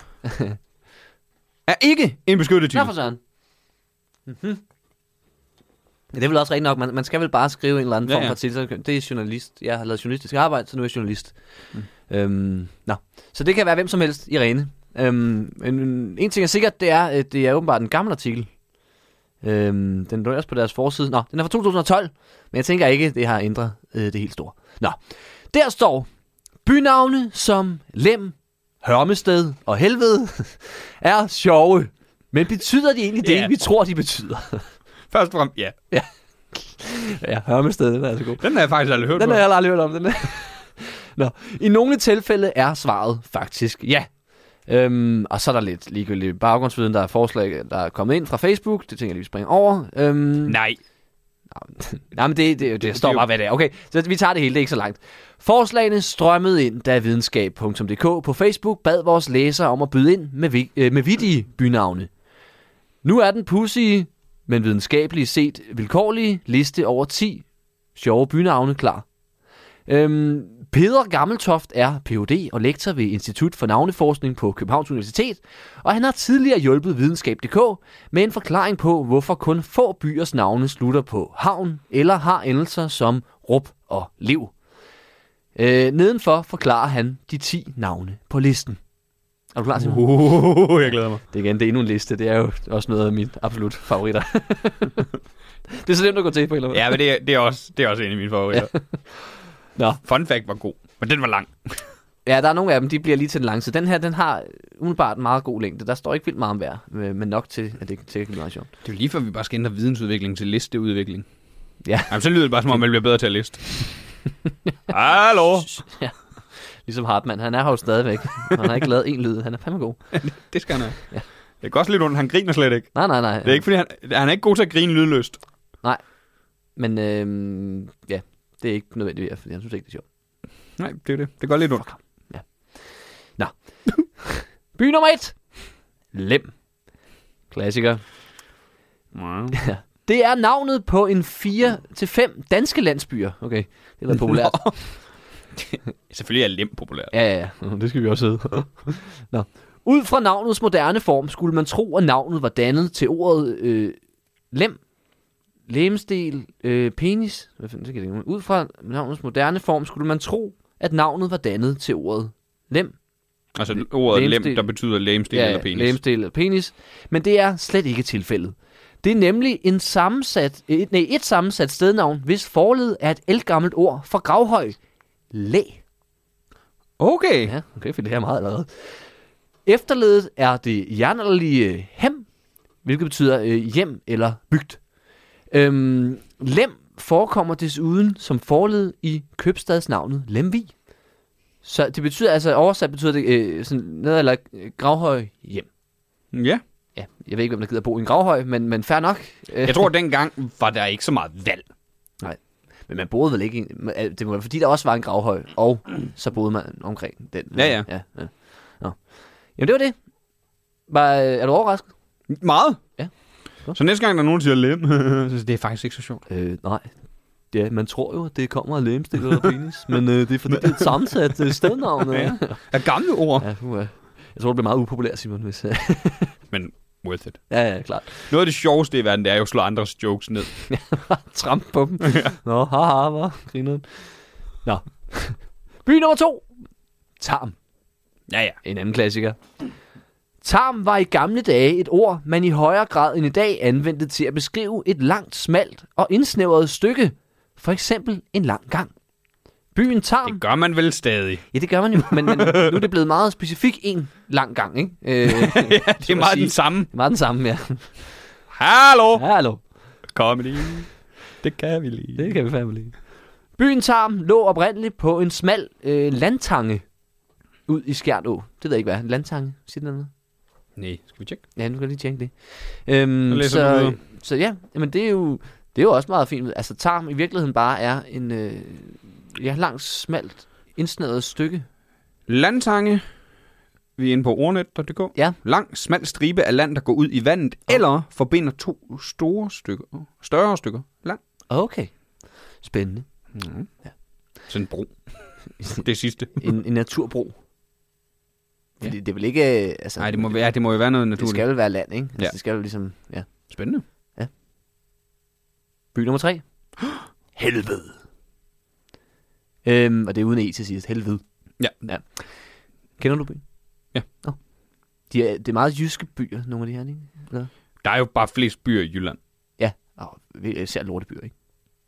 Er ikke en beskyttet Nå titel. for sådan. Mm-hmm. Ja, det er vel også rigtigt nok. Man, man skal vel bare skrive en eller anden Ja, form ja. for titel. Det er journalist. Jeg har lavet journalistisk arbejde, så nu er jeg journalist. Mm. Øhm, nå. Så det kan være hvem som helst, Irene. Øhm, en, en ting er sikkert, det er, at det er åbenbart en gammel artikel. Øhm, den lå også på deres forside. Nå, den er fra to tusind og tolv, men jeg tænker ikke, det har ændret øh, det helt store. Nå, der står bynavne som Lem, Hørmested og Helvede er sjove, men betyder de egentlig det, Ja. vi tror, de betyder? Først og fremmest, ja. Ja, Hørmested, den er altså god. Den har jeg faktisk aldrig hørt Den på. har jeg aldrig hørt om. Den er. Nå, i nogle tilfælde er svaret faktisk ja. Øhm, og så er der lidt ligegyldigt baggrundsviden, der er forslag, der er kommet ind fra Facebook. Det tænker jeg lige, vi springer over. Øhm, Nej. Nej, men det, det, det, det står bare, hvad det er. Okay, så vi tager det hele, det er ikke så langt. Forslagene strømmede ind, da videnskab punktum d k på Facebook bad vores læsere om at byde ind med, vi, øh, med vittige bynavne. Nu er den pudsige, men videnskabeligt set vilkårlige liste over ti sjove bynavne klar. Øhm, Peder Gammeltoft er P H D og lektor ved Institut for Navneforskning på Københavns Universitet, og han har tidligere hjulpet videnskab punktum d k med en forklaring på, hvorfor kun få byers navne slutter på havn eller har endelser som Rup og Lev. Øh, nedenfor forklarer han de ti navne på listen. Er du klar til mig? Uh, jeg glæder mig. Det er igen, det er endnu en liste. Det er jo også noget af mine absolut favoritter. Det er så nemt at gå til på en eller anden. Ja, men det er, det er, også, det er også en af mine favoritter. Nå. Fun fact var god, men den var lang. Ja, der er nogle af dem, de bliver lige til den lange side. Den her, den har umiddelbart en meget god længde. Der står ikke vildt meget om hver, men nok til, at det kan blive meget sjovt. Det er jo lige før, vi bare skal ændre vidensudvikling til listeudvikling. Ja. Jamen, så lyder det bare som om, man bliver bedre til at liste. Hallo? Ja. Ligesom Hartmann, han er her jo stadigvæk. Han har ikke lavet en lyd, han er fandme god. Det skal han have. Ja. Det går også lidt ondt, han griner slet ikke. Nej, nej, nej. Det er ikke, fordi han, han er ikke god til at grine lydløst. Nej, men øhm, ja, det er ikke nødvendigt, fordi han synes ikke, det er sjovt. Nej, det er det. Det går lidt ondt. Ja. Nå. By nummer et. Lem. Klassiker. Wow. Ja. Det er navnet på en fire til fem danske landsbyer. Okay, det er været populært. Selvfølgelig er Lem populært. Ja, ja, ja. Det skal vi også hedde. Nå. Ud fra navnets moderne form skulle man tro, at navnet var dannet til ordet øh, lem, lemstil, øh, penis. Hvad fanden, det kan det ikke. Ud fra navnets moderne form skulle man tro, at navnet var dannet til ordet lem. Altså ordet Lemstil. lem, der betyder lemstil Ja, eller penis. lemstil eller penis. Men det er slet ikke tilfældet. Det er nemlig en sammensat, et, nej, et sammensat stednavn, hvis forled er et ældgammelt ord for gravhøj. Læ. Okay. Ja, okay, for det her er meget allerede. Efterledet er det jernalderlige hem, hvilket betyder øh, hjem eller bygd. Øhm, lem forekommer desuden som forled i købstadsnavnet Lemvig. Så det betyder altså, oversat betyder det øh, sådan ned eller øh, gravhøj hjem. Ja. Ja, jeg ved ikke, hvem der gider bo i en gravhøj, men, men fair nok. Jeg tror, dengang var der ikke så meget valg. Nej, men man boede vel ikke i, det var fordi der også var en gravhøj, og så boede man omkring den. Ja, ja. ja, ja. Nå. Jamen det var det. Var, er du overrasket? Meget. Ja. Så næste gang, der er nogen, der siger lem, så det er faktisk ikke så sjovt. Øh, nej. Ja, man tror jo, at det kommer af lemstik eller penis, men øh, det er fordi, det er et sammensat øh, stednavn. Ja. Af gamle ord. Ja, uh, jeg tror, det bliver meget upopulært, Simon, hvis... Uh... Men worth it. ja, ja, klart. Noget af det sjoveste i verden, det er jo at slå andres jokes ned. Tramp på dem. Nå, haha, hvor grineren. Nå. By nummer to. Tarm. Ja, ja. En anden klassiker. Tarm var i gamle dage et ord, man i højere grad end i dag anvendte til at beskrive et langt, smalt og indsnævret stykke. For eksempel en lang gang. Byen Tarm... Det gør man vel stadig. Ja, det gør man jo, men, men nu er det blevet meget specifik en lang gang, ikke? Øh, ja, det er meget sige. den samme. Det er meget den samme, ja. Hallo! Hallo. Comedy. Det kan vi lige. Det kan vi fandme lige. Byen Tarm lå oprindeligt på en smal øh, landtange ud i Skjern Å. Det ved jeg ikke, hvad er. Landtange? Siger det noget? Nej, skal vi tjekke? Ja, nu skal jeg lige tjekke det. Øhm, Så læser så, du videre. så ja, men det er jo det er jo også meget fint. Altså Tarm i virkeligheden bare er en øh, ja, langt, smalt, indsnæret stykke. Landtange. Vi er inde på ordnet punktum d k. Ja. Lang, smal stribe af land, der går ud i vandet, oh. eller forbinder to store stykker, større stykker land. Okay. Spændende. Mm. Ja. Sådan en bro. Det sidste. En, en naturbro. Ja. Fordi det er vel ikke... Øh, altså, Nej, det må, være, det må jo være noget det naturligt. skal vel være land, ikke? Altså, Ja. det skal jo ligesom... Ja. Spændende. By nummer tre. Helvede. Øhm, og det er uden E til sidst. Helvede. Ja. ja. Kender du byen? Ja. Oh. De er, det er meget jyske byer, nogle af de her, ikke? Eller? Der er jo bare flest byer i Jylland. Ja. Og især lortebyer, ikke?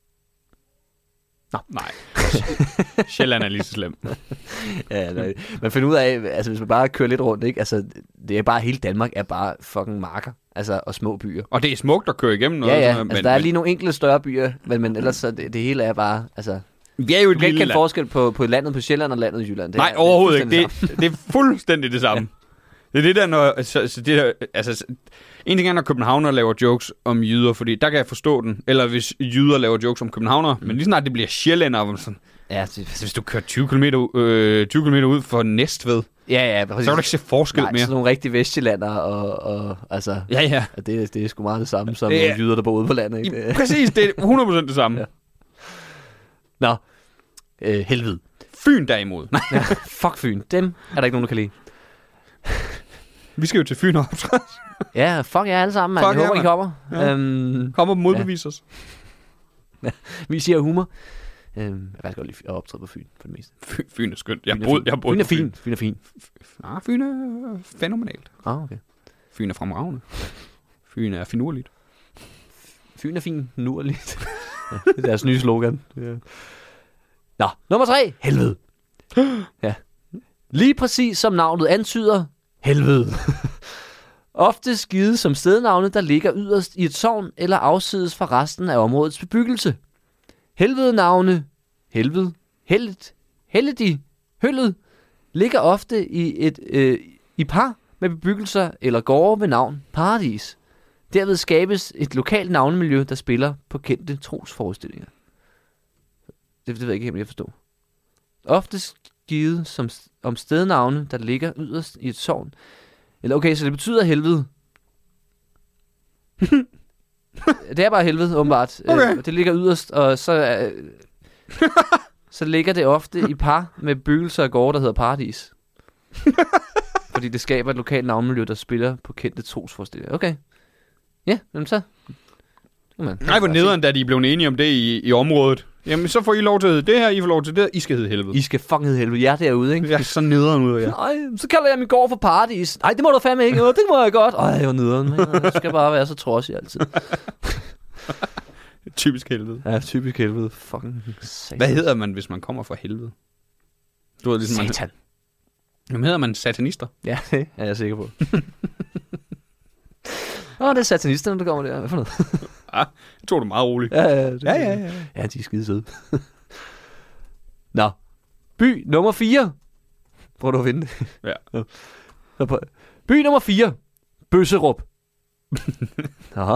Nå. Nej. Sjælland er lige så slem. ja, nej. Man finder ud af, altså hvis man bare kører lidt rundt, ikke? Altså, det er bare, hele Danmark er bare fucking marker. Altså, og små byer. Og det er smukt at køre igennem noget. Ja, ja. Sådan, Altså, men, der er men, lige nogle enkelte større byer, men, men ellers så det, det hele er bare, altså... vi er jo Du et kan ikke lille kende land. forskel på, på landet på Sjælland og landet i Jylland. Det Nej, er, overhovedet det er ikke. Det, det er fuldstændig det samme. Det er det der, når... Så, så det der, altså, en ting er, når københavner laver jokes om jyder, fordi der kan jeg forstå den. Eller hvis jyder laver jokes om københavner. Mm. Men lige snart det bliver sjællænder, sådan, Ja, det, altså, hvis du kører tyve kilometer, øh, tyve kilometer ud for Næstved, ja, ja, præcis. så kan du ikke se forskel Nej, mere. sådan nogle rigtige vestjyllander, og, og altså... Ja, ja. Og det, det er sgu meget det samme som Det er- nogle jyder, der bor ude på landet, ikke? I, Det- præcis, det er hundrede procent det samme. Ja. Nå, øh, helvede. Fyn derimod. Nej, Ja, fuck Fyn. Dem er der ikke nogen, der kan lide. vi skal jo til Fyn og optræde. Ja, fuck jer alle sammen, mand. Fuck Jeg jer, håber, I mand. kommer. Ja. Øhm, Kom og modbevise os. vi siger humor. Øhm, jeg vil faktisk godt lide at optræde på Fyn, for det meste. Fyn, Fyn er skønt. Jeg Fyn er boede, fin. jeg boede Fyn er på Fyn. fin. Fyn er fin. Nej, Fyn er fænomenalt. Ah, okay. Fyn er fremragende. Fyn er finurligt. Fyn er fin, nurligt. ja, det er deres nye slogan. Ja. Nå, nummer tre. Helvede. ja. Lige præcis som navnet antyder, helvede. Ofte skide som stednavne, der ligger yderst i et sogn eller afsides fra resten af områdets bebyggelse. Helvede-navne, helvede, heldet, heldig, høllet, ligger ofte i et øh, i par med bebyggelser eller gårde ved navn Paradis. Derved skabes et lokalt navnemiljø, der spiller på kendte trosforestillinger. Det, det ved jeg ikke helt, om jeg forstår. Ofte givet som, om stednavne, der ligger yderst i et sogn. Eller okay, så det betyder helvede. det er bare helvede, åbenbart. Okay. Øh, det ligger yderst, og så, øh, så ligger det ofte i par med byggelser og gårde, der hedder Paradis. Fordi det skaber et lokalt navnemiljø, der spiller på kendte trosforestillinger. Okay. Ja, men så... Man, Nej, hvor nederen, da de blev enige om det i, i området. Jamen, så får I lov til at hedde det her, I får lov til det her, I skal hedde helvede. I skal fucking hedde helvede. Jeg er derude, ikke? Jeg er så nederen ud af jer. Nej, så kalder jeg min gård for paradis. Nej, det må du fandme ikke. Det må jeg godt. Ej, jeg var nederen. Jeg skal bare være så trodsig altid. Typisk helvede. Ja, typisk helvede. Fucking satan. Hvad hedder man, hvis man kommer fra helvede? Du ved, ligesom Satan. Man, jamen, hedder man satanister? Ja, det er jeg sikker på. Åh, det er satanisterne, der kommer der. Hvad for noget? Ah, jeg tror det er meget roligt. Ja, ja, det, Ja, ja, ja. Ja, de er skide søde. Nå. By nummer fire. Prøv du at finde det. Ja. Så på- By nummer fire. Bøsserup. Aha.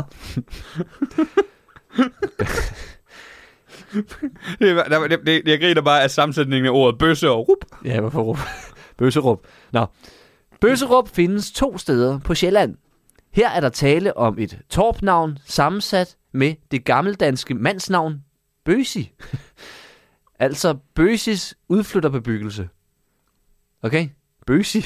Det, er- der, det, det, jeg griner bare af sammensætningen af ordet bøsse og rup. Ja, hvorfor rup? Bøsserup. Nå. Bøsserup findes to steder på Sjælland. Her er der tale om et torpnavn sammensat med det gammeldanske mandsnavn Bøsi. Altså Bøsis udflytterbebyggelse. Okay? Bøsi.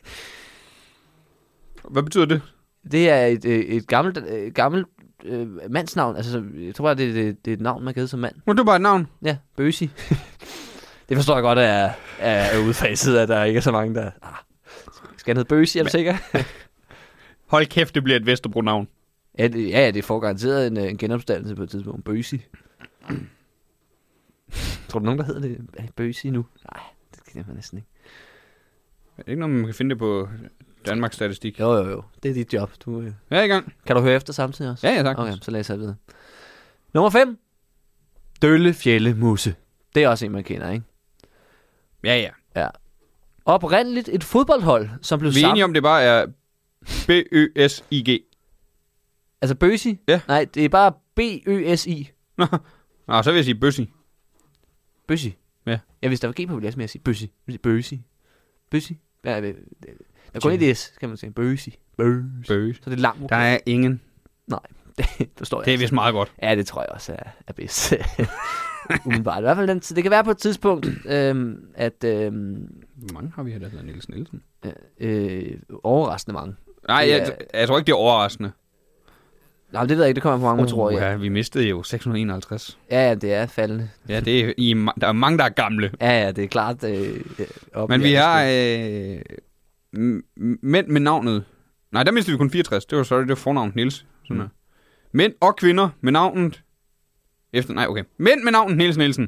Hvad betyder det? Det er et, øh, et gammelt, øh, gammelt øh, mandsnavn. Altså, jeg tror bare, det, det, det er et navn, man kan hedde som mand. Nå, det er bare et navn. Ja, Bøsi. Det forstår jeg godt, at er, er udfaset, at der ikke er så mange, der... Ah, skal han hedde Bøsi, er du sikker? Hold kæft, det bliver et Vesterbro-navn. Ja, det, ja, det får garanteret en, en genopstandelse på et tidspunkt. Bøsi. Tror du nogen, der hedder det Bøsi nu? Nej, det kan man næsten ikke. Er det ikke noget, man kan finde det på Danmarks Statistik? Jo, jo, jo. Det er dit job. Du, øh. Jeg er i gang. Kan du høre efter samtidig også? Ja, ja, tak. Okay, så læser jeg videre. Nummer fem. Dølle Fjelle Muse. Det er også en, man kender, ikke? Ja, ja. Ja. Oprindeligt et fodboldhold, som blev Vi er sammen... enige om, det bare er B Ø S I G. Altså Bøsi? Ja. Nej, det er bare B Ø S I. Nå, Nå, så vil jeg sige Bøssi. Bøsi? Ja. Ja, hvis der var G på, ville jeg sige Bøsi. Bøsi. Bøsi. Ja, det, det, der går ikke et S, kan man sige. Bøsi. Bøsi. Bøs. Så det er langt. Der er ingen. Det forstår jeg. Det er altså. vist meget godt. Ja, det tror jeg også er, er bedst. Umiddelbart. I hvert fald den, det kan være på et tidspunkt, øhm, at øhm, Hvor mange har vi her, der hedder Niels Nielsen? øh, overraskende mange. Nej, Det jeg, er- jeg tror ikke, det er overraskende. Nej, det ved jeg ikke. Det kommer på mange, uh, tror jeg. Ja, vi mistede jo seks hundrede og enoghalvtreds. Ja, ja, det er faldende. Ja, det er, I, er ma- der er mange, der er gamle. Ja, ja, det er klart. Øh, op Men i vi aldersgruppen. har øh, m- mænd med navnet. Nej, der mistede vi kun fireogtres. Det var sorry, det var fornavnet Niels. Sådan Mm. mm. Mænd og kvinder med navnet... Efter, nej, okay. Mænd med navnet Niels Nielsen.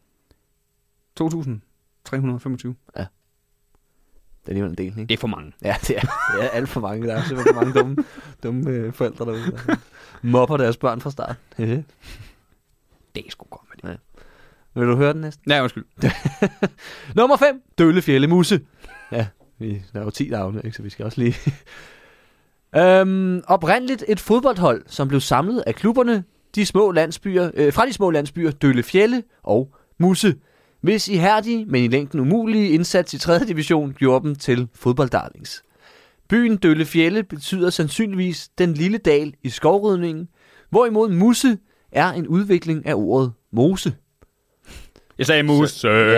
to tusind tre hundrede og femogtyve. Det er alligevel en del, ikke? Det er for mange. Ja, det er, det er alt for mange. Der er simpelthen for mange dumme, dumme øh, forældre derude, der mobber deres børn fra start. Det er sgu godt med det. Vil du høre den næste? Ja, undskyld. Nummer fem. Dølle Fjelle Muse. Ja, vi, der er jo ti navne, ikke? Så vi skal også lige... øhm, oprindeligt et fodboldhold, som blev samlet af klubberne de små landsbyer, øh, fra de små landsbyer Dølle Fjelle og Muse. Hvis ihærdige, men i længden umulige indsats i tredje division gjorde dem til fodbolddarlings. Byen Dølle Fjelle betyder sandsynligvis den lille dal i skovrydningen, hvorimod Muse er en udvikling af ordet mose. Jeg sagde mus. Så,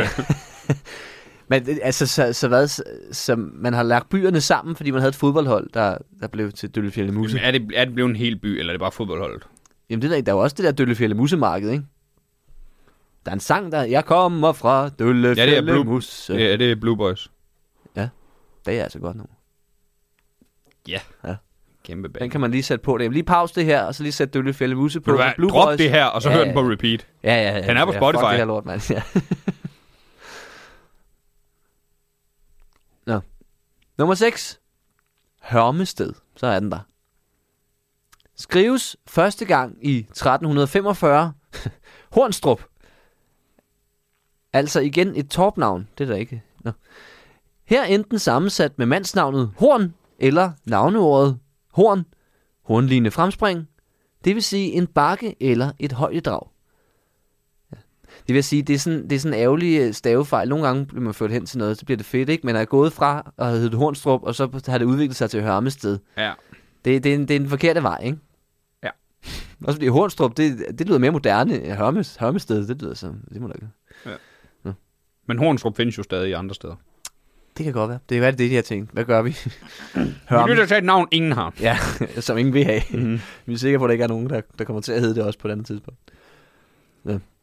Men det- altså, så, så hvad, så, så man har lagt byerne sammen, fordi man havde et fodboldhold, der, der blev til Døllefjelde Muse. er, det, er det blevet en hel by, eller er det bare fodboldholdet? Jamen, det der, der er jo også det der Døllefjelde Muse-marked, ikke? Der er en sang, der, jeg kommer fra Døllefjelde Ja, det er Blue- Muse. Ja, det er Blue Boys. Det er altså godt nu. Kæmpe band. Den kan man lige sætte på det. Jamen, lige pause det her, og så lige sætte Døllefjelde Muse på. Vil du så være, Blue drop Boys. det her, og så Ja, hør ja, den på ja. repeat. Ja, ja, ja. Den er på ja, Spotify. Fuck det her lort, mand. Ja. Nå. Nummer seks. Hørmested. Så er den der. Skrives første gang i tretten femogfyrre. Hornstrup. Altså igen et torpnavn. Det er der ikke. Nå. Her enten sammensat med mandsnavnet Horn, eller navneordet Horn, hornlignende fremspring, det vil sige en bakke eller et højdedrag. Ja. Det vil sige, det er sådan, det er sådan en ærgerlig øh, stavefejl. Nogle gange bliver man ført hen til noget, så bliver det fedt, ikke? Men er gået fra at hedde det Hornstrup, og så har det udviklet sig til Hørmested. Ja. Det, det, er, en, det er en forkerte vej, ikke? Ja. Også fordi Hornstrup, det, det lyder mere moderne. Hørmes, Hørmested, det lyder som... Det må da ikke. Men Hornstrup findes jo stadig i andre steder. Det kan godt være. Det kan være, det er det, de har tænkt. Hvad gør vi? Vi er nødt til at tage et navn, ingen har. Ja, som ingen vil have. Mm-hmm. Vi er sikre på, at der ikke er nogen, der, der kommer til at hedde det også på et andet tidspunkt. Ja.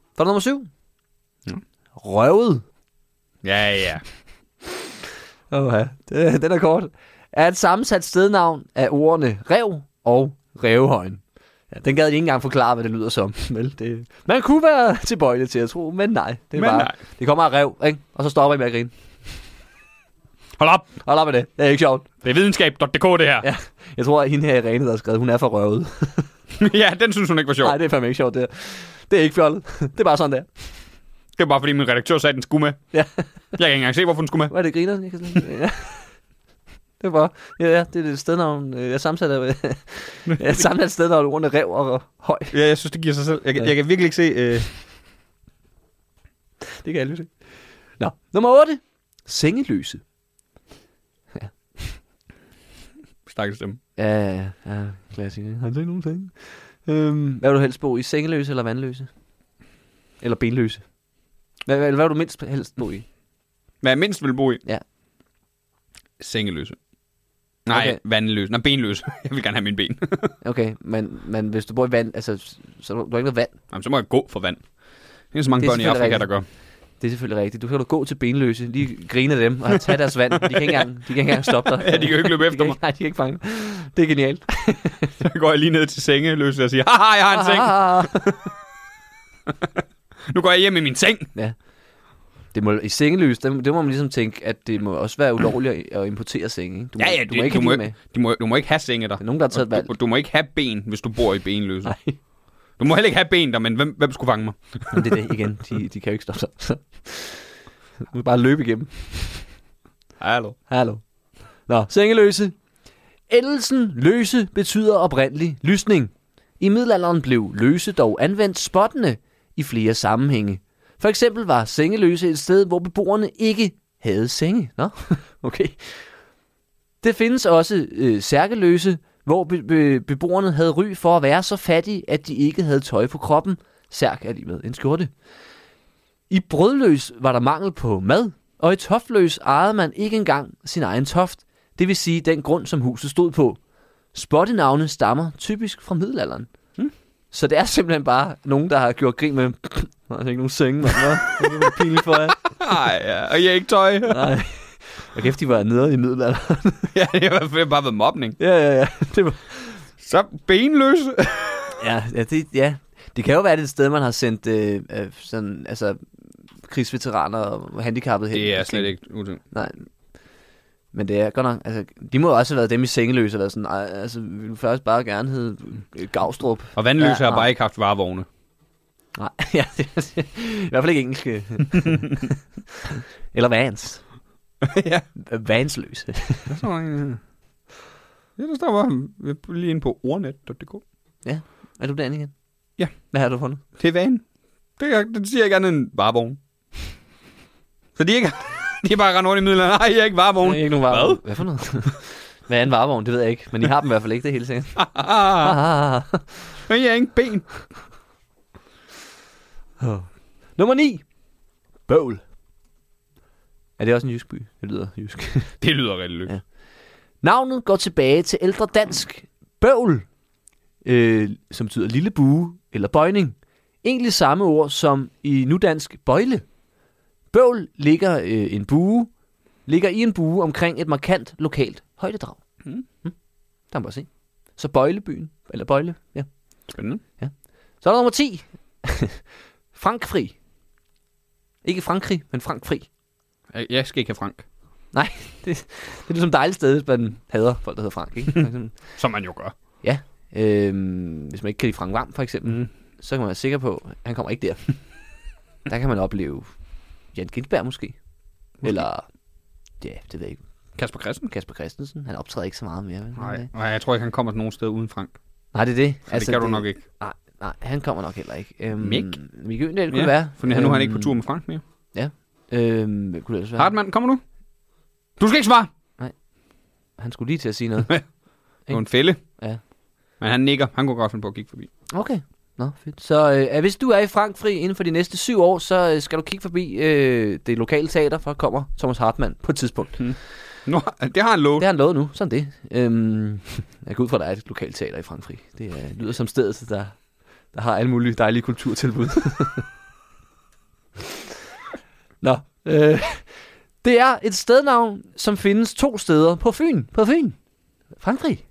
For nummer syv. Ja. Røvet. Ja, ja. Åh ja, den er kort. Er et sammensat stednavn af ordene rev og revhøjen. Ja, den gad de ikke engang forklare, hvad det lyder som. Vel, det... Man kunne være tilbøjelig til at tro, men nej. Det, er Men bare... nej. det kommer af rev, ikke? Og så stopper I med at grine. Hold op. Hold op med det. Det er ikke sjovt. Det er videnskab punktum d k det her. Ja, jeg tror, at hende her Irene, der har skrevet, hun er for røvet. Ja, den synes hun ikke var sjov. Nej, det er fandme ikke sjovt, det her. Det er ikke fjollet. Det er bare sådan, der. Det var bare fordi min redaktør sagde, at den skulle med. Ja. Jeg kan ikke engang se, hvorfor den skulle med. Hvad er det, griner? Jeg kan slet... ja. Det er bare... Ja, ja, det er det stednavn. Jeg sammensætter... jeg sammensætter stednavn ordene rev og høj. Ja, jeg synes, det giver sig selv. Jeg, ja. jeg kan virkelig ikke se... Øh... Det kan jeg lige se. Nå, nummer otte. Sengeløse. Ja. Stakkels dem. Ja, ja, ja. Klassiker. Har du ikke nogen senge? Øhm, hvad vil du helst bo i? Sengeløse eller vandløse? Eller benløse? Hvad, hvad, hvad vil du mindst helst bo i? Hvad jeg mindst vil bo i? Ja. Sengeløse. Nej, Okay. vandløse. Nej, benløse. Jeg vil gerne have mine ben. Okay, men, men hvis du bor i vand, altså, så du, du har ikke noget vand. Jamen, så må jeg gå for vand. Det er så mange Det er børn i selvfølgelig Afrika, rigtigt. der gør. Det er selvfølgelig rigtigt. Du kan jo gå til benløse, lige grine af dem og tage deres vand. De kan ikke engang, de kan ikke engang stoppe dig. Ja, de kan jo ikke løbe De efter kan mig. ikke, nej, de kan ikke fange. Det er genialt. Så går jeg lige ned til sengeløse og siger, haha, jeg har en seng. Nu går jeg hjem i min seng. Ja. Det må, i sengeløse, det, det må man ligesom tænke, at det må også være ulovligt at importere senge. Ikke? Du må, Ja, ja, du det- må ikke du have må det ikke- med. Du må, du må ikke have senge der. Der er nogen, der har taget et valg. Du, du må ikke have ben, hvis du bor i benløse. Nej, Du må heller ikke have ben der, men hvem, hvem skulle fange mig? men det er det igen. De, de kan jo ikke stoppe sig. Du må bare løbe igennem. Hallo. Hallo. Nå, sengeløse. Endelsen løse betyder oprindelig lysning. I middelalderen blev løse dog anvendt spottende i flere sammenhænge. For eksempel var sengeløse et sted, hvor beboerne ikke havde senge. Nå, okay. Det findes også øh, særkeløse, hvor be- be- beboerne havde ry for at være så fattige, at de ikke havde tøj på kroppen. Særk er lige med en skjorte. I brødløs var der mangel på mad, og i toftløs ejede man ikke engang sin egen toft, det vil sige den grund, som huset stod på. Spottenavne stammer typisk fra middelalderen. Hmm. Så det er simpelthen bare nogen, der har gjort grin med, der er ikke nogen senge, man. Det er pinligt for jer. Nej, ja. Og jeg er ikke tøj. Nej. Og kæft, de var nede i middelalderen. Ja, det har i hvert fald bare været mobning. Ja, ja, ja. Det var... Så benløse. Ja, ja, det, ja. Det kan jo være, det er et sted, man har sendt øh, øh, sådan, altså, krigsveteraner og handicappede hen. Det er måske. slet ikke utænkt. Nej. Men det er godt nok, altså, de må jo også have været dem i sengeløse, og været sådan, ej, altså, vi vil først bare gerne hedde øh, Gavstrup. Og vandløse Ja, har nej. bare ikke haft varevogne. Nej, ja, det, det, i hvert fald ikke engelske. Eller Vans. Ja. Vansløse. Der står en... Ja, der står bare jeg er lige inde på ordnet punktum d k. Er du den igen? Ja. Hvad har du fundet? Det er van. Det, er, det siger ikke andet end varevogn. Så de er ikke... De er bare rendt rundt i middelalderen. Nej, jeg er ikke varevogn. Nej, ikke nogen varevogn. Hvad? Hvad for noget? Hvad er en varevogn? Det ved jeg ikke. Men I har dem i hvert fald ikke, det er helt sikkert. Ah, men jeg er ikke ben. Oh. Nummer ni. Bøvl. Er det også en jysk by? Det lyder jysk. Det lyder rigtig lykkelig. Ja. Navnet går tilbage til ældre dansk bøvl, øh, som betyder lille bue eller bøjning. Egentlig samme ord som i nudansk bøjle. Bøvl ligger øh, en bue, ligger i en bue omkring et markant lokalt højdedrag. Mm. Mm. Der kan man bare se. Så Bøjlebyen, eller Bøjle, ja. Spændende. Så er der nummer ti. Frankfri. Ikke Frankrig, men Frankfri. Jeg- Jeg skal ikke have Frank. Nej, det, det er ligesom et dejligt sted, hvis man hader folk, der hedder Frank, ikke? For eksempel. Som man jo gør. Ja, øhm, hvis man ikke kan lide Frank Vam, for eksempel, Mm. så kan man være sikker på, at han kommer ikke der. Der kan man opleve Jan Ginsberg måske. Måske. Eller, ja, det ved jeg ikke, Kasper Christen? Kasper Christensen. Han optræder ikke så meget mere. Vel? Nej. Nej, jeg tror ikke, han kommer til nogen steder uden Frank. Nej, det er det. Altså, det kan du nok ikke. Nej, nej, han kommer nok heller ikke. Øhm, Mik? Mik Øgendal kunne Ja, være. for nu er han ikke på tur med Frank mere. Øhm, hvem kunne det ellers være? Hartmann, kommer du? Du skal ikke svare! Han skulle lige til at sige noget. Det var en fælde. Ja. Men han nikker. Han kunne godt finde på at kigge forbi. Okay. Nå, fedt. Så øh, hvis du er i Frankfri inden for de næste syv år, så øh, skal du kigge forbi øh, det lokale teater, for kommer Thomas Hartmann på et tidspunkt. Nå, det har han lovet. Det har han lovet nu, sådan det. Øhm, jeg går ud fra, at der er et lokalt teater i Frankfri. Det øh, lyder som stedet, der, der har alle mulige dejlige kulturtilbud. Nå. Øh, det er et stednavn, som findes to steder på Fyn. På Fyn. Frankrig.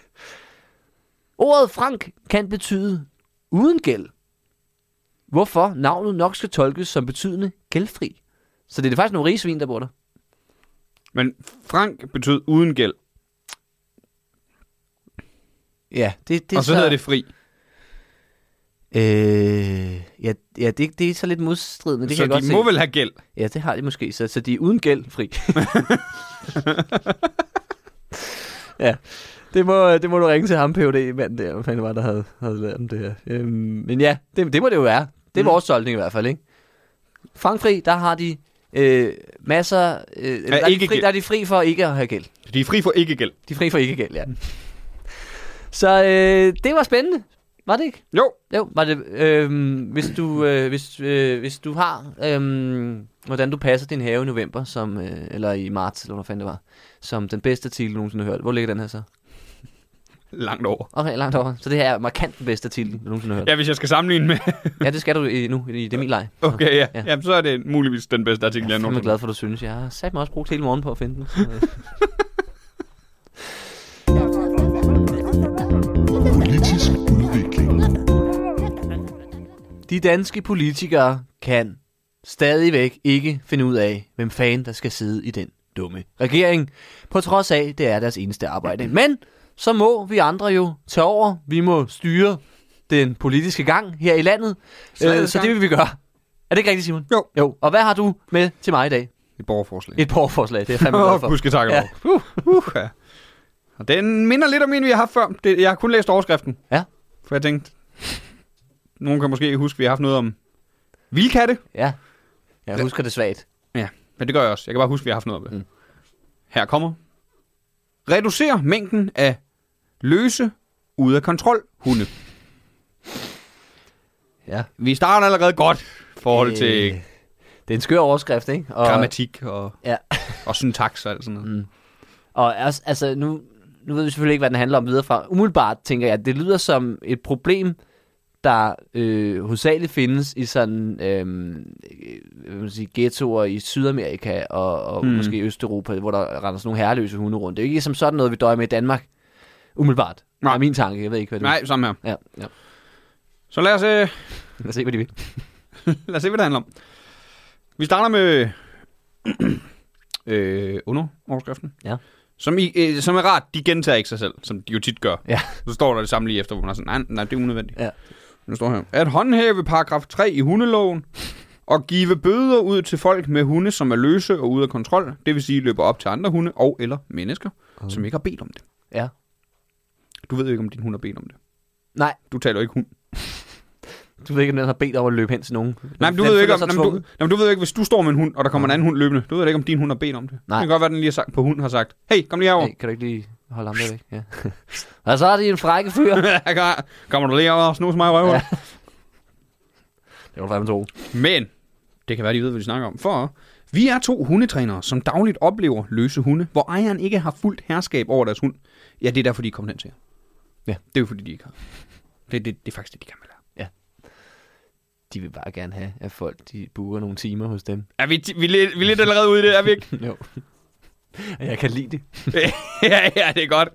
Ordet frank kan betyde uden gæld. Hvorfor navnet nok skal tolkes som betydende gældfri. Så det er faktisk nogle rige svin, der bor der. Men frank betød uden gæld, Ja, det, det er og så, så hedder det fri. Øh, ja, ja det, det er så lidt modstridende. Det Så kan jeg de godt må se. vel have gæld. Ja, det har de måske. Så, så de er uden gæld fri. Ja, det må, det må du ringe til ham, P H D-manden der, hvad fanden var, der havde, havde lavet om det her. Øhm, men ja, det, det må det jo være. Det er Mm. vores tolkning i hvert fald, ikke? Frankfri, der har de øh, masser... Øh, der, er de ikke fri, gæld. der er de fri for ikke at have gæld. De er fri for ikke gæld. De er fri for ikke gæld, ja. Så øh, det var spændende. Var det ikke? Jo. Jo, var det, øh, hvis, du, øh, hvis, øh, hvis du har, øh, hvordan du passer din have i november, som, øh, eller i marts, eller hvad fanden det var, som den bedste artikel, du nogensinde har hørt. Hvor ligger den her så? Langt over. Okay, langt over. Så det her er markant den bedste artikel, du nogensinde har hørt. Ja, hvis jeg skal sammenligne med... Ja, det skal du i, nu, i det er min leg. Okay, ja. Ja. ja. Jamen, så er det muligvis den bedste artikel, jeg Jeg er nogensinde. glad for, at du synes. Jeg har sat mig også brugt hele morgen på at finde den. Så, øh. Politisk udvikling. De danske politikere kan stadigvæk ikke finde ud af, hvem fanden der skal sidde i den dumme regering. På trods af, det er deres eneste arbejde. Men så må vi andre jo tage over. Vi må styre den politiske gang her i landet. Slagets Øh, så det gang. vil vi gøre. Er det ikke rigtigt, Simon? Jo. Jo. Og hvad har du med til mig i dag? Et borgerforslag. Et borgerforslag. Det er jeg fandme glad Åh, for. husk tak. Ja. Uh, uh, ja. Og den minder lidt om en, vi har haft før. Det, jeg har kun læst overskriften. Ja. For jeg tænkte, nogen kan måske huske, at vi har haft noget om vildkatte. Ja. Jeg husker det svagt. Ja, men det gør jeg også. Jeg kan bare huske, at vi har haft noget om det. Mm. Her kommer. Reducer mængden af løse, ude af kontrol hunde. Ja. Vi starter allerede godt i forhold Øh, til Det er en skør overskrift, ikke? Og, grammatik og, Ja. og syntaks og alt sådan noget. Mm. Og altså, altså nu, nu ved vi selvfølgelig ikke, hvad den handler om videre fra. Umiddelbart tænker jeg, at det lyder som et problem, der øh, hovedsageligt findes i sådan øh, hvad man sige, ghettoer i Sydamerika og, og Mm. mm. måske i Østeuropa, hvor der render sådan nogle herreløse hunde rundt. Det er jo ikke som sådan noget, vi døjer med i Danmark. Umiddelbart. Nej. Det er min tanke. Jeg ved ikke, hvad det Nej, sammen her. er. Ja, ja. Så lad os, øh, Lad os se, hvad de vil. lad os se, hvad det handler om. Vi starter med øh, underoverskriften. Ja. Som, I, øh, som er rart, de gentager ikke sig selv, som de jo tit gør. Ja. Så står der det samme lige efter, hvor man er sådan, nej, nej, det er unødvendigt. Ja. Nu står her. At håndhæve paragraf tre i hundeloven og give bøder ud til folk med hunde, som er løse og ude af kontrol. Det vil sige, løber op til andre hunde og eller mennesker, mm. som ikke har bedt om det. Ja. Du ved jo ikke, om din hund har bedt om det. Nej, Du taler jo ikke hund. du ved ikke, om den har bedt om at løbe hen til nogen. Nej, men du Den ved jo ikke, føler om, sig jamen, du, tvunget. jamen, du ved jo ikke, hvis du står med en hund, og der kommer en anden hund løbende, du ved ikke, om din hund har bedt om det. Nej. Det kan godt være, den lige har sagt, på hunden har sagt, hey, kom lige herover. Hey, kan du ikke lige holde ham der væk? Ja. Og så er det en frække fyr. Kommer du lige over og snuse mig i røven? Ja. Det var fandme to. Men, det kan være, de ved, hvad de snakker om. For vi er to hundetrænere, som dagligt oplever løse hunde, hvor ejeren ikke har fuldt herskab over deres hund. Ja, det er derfor, de er kommet hen til jer. Ja. Det er jo fordi, de ikke har. Det, det, det er faktisk det, de gerne vil have. De vil bare gerne have, at folk de booker nogle timer hos dem. Er vi, vi, er lidt, vi er lidt allerede ude i det, er vi ikke? Jo. Jeg kan lide det. ja, ja, det er godt.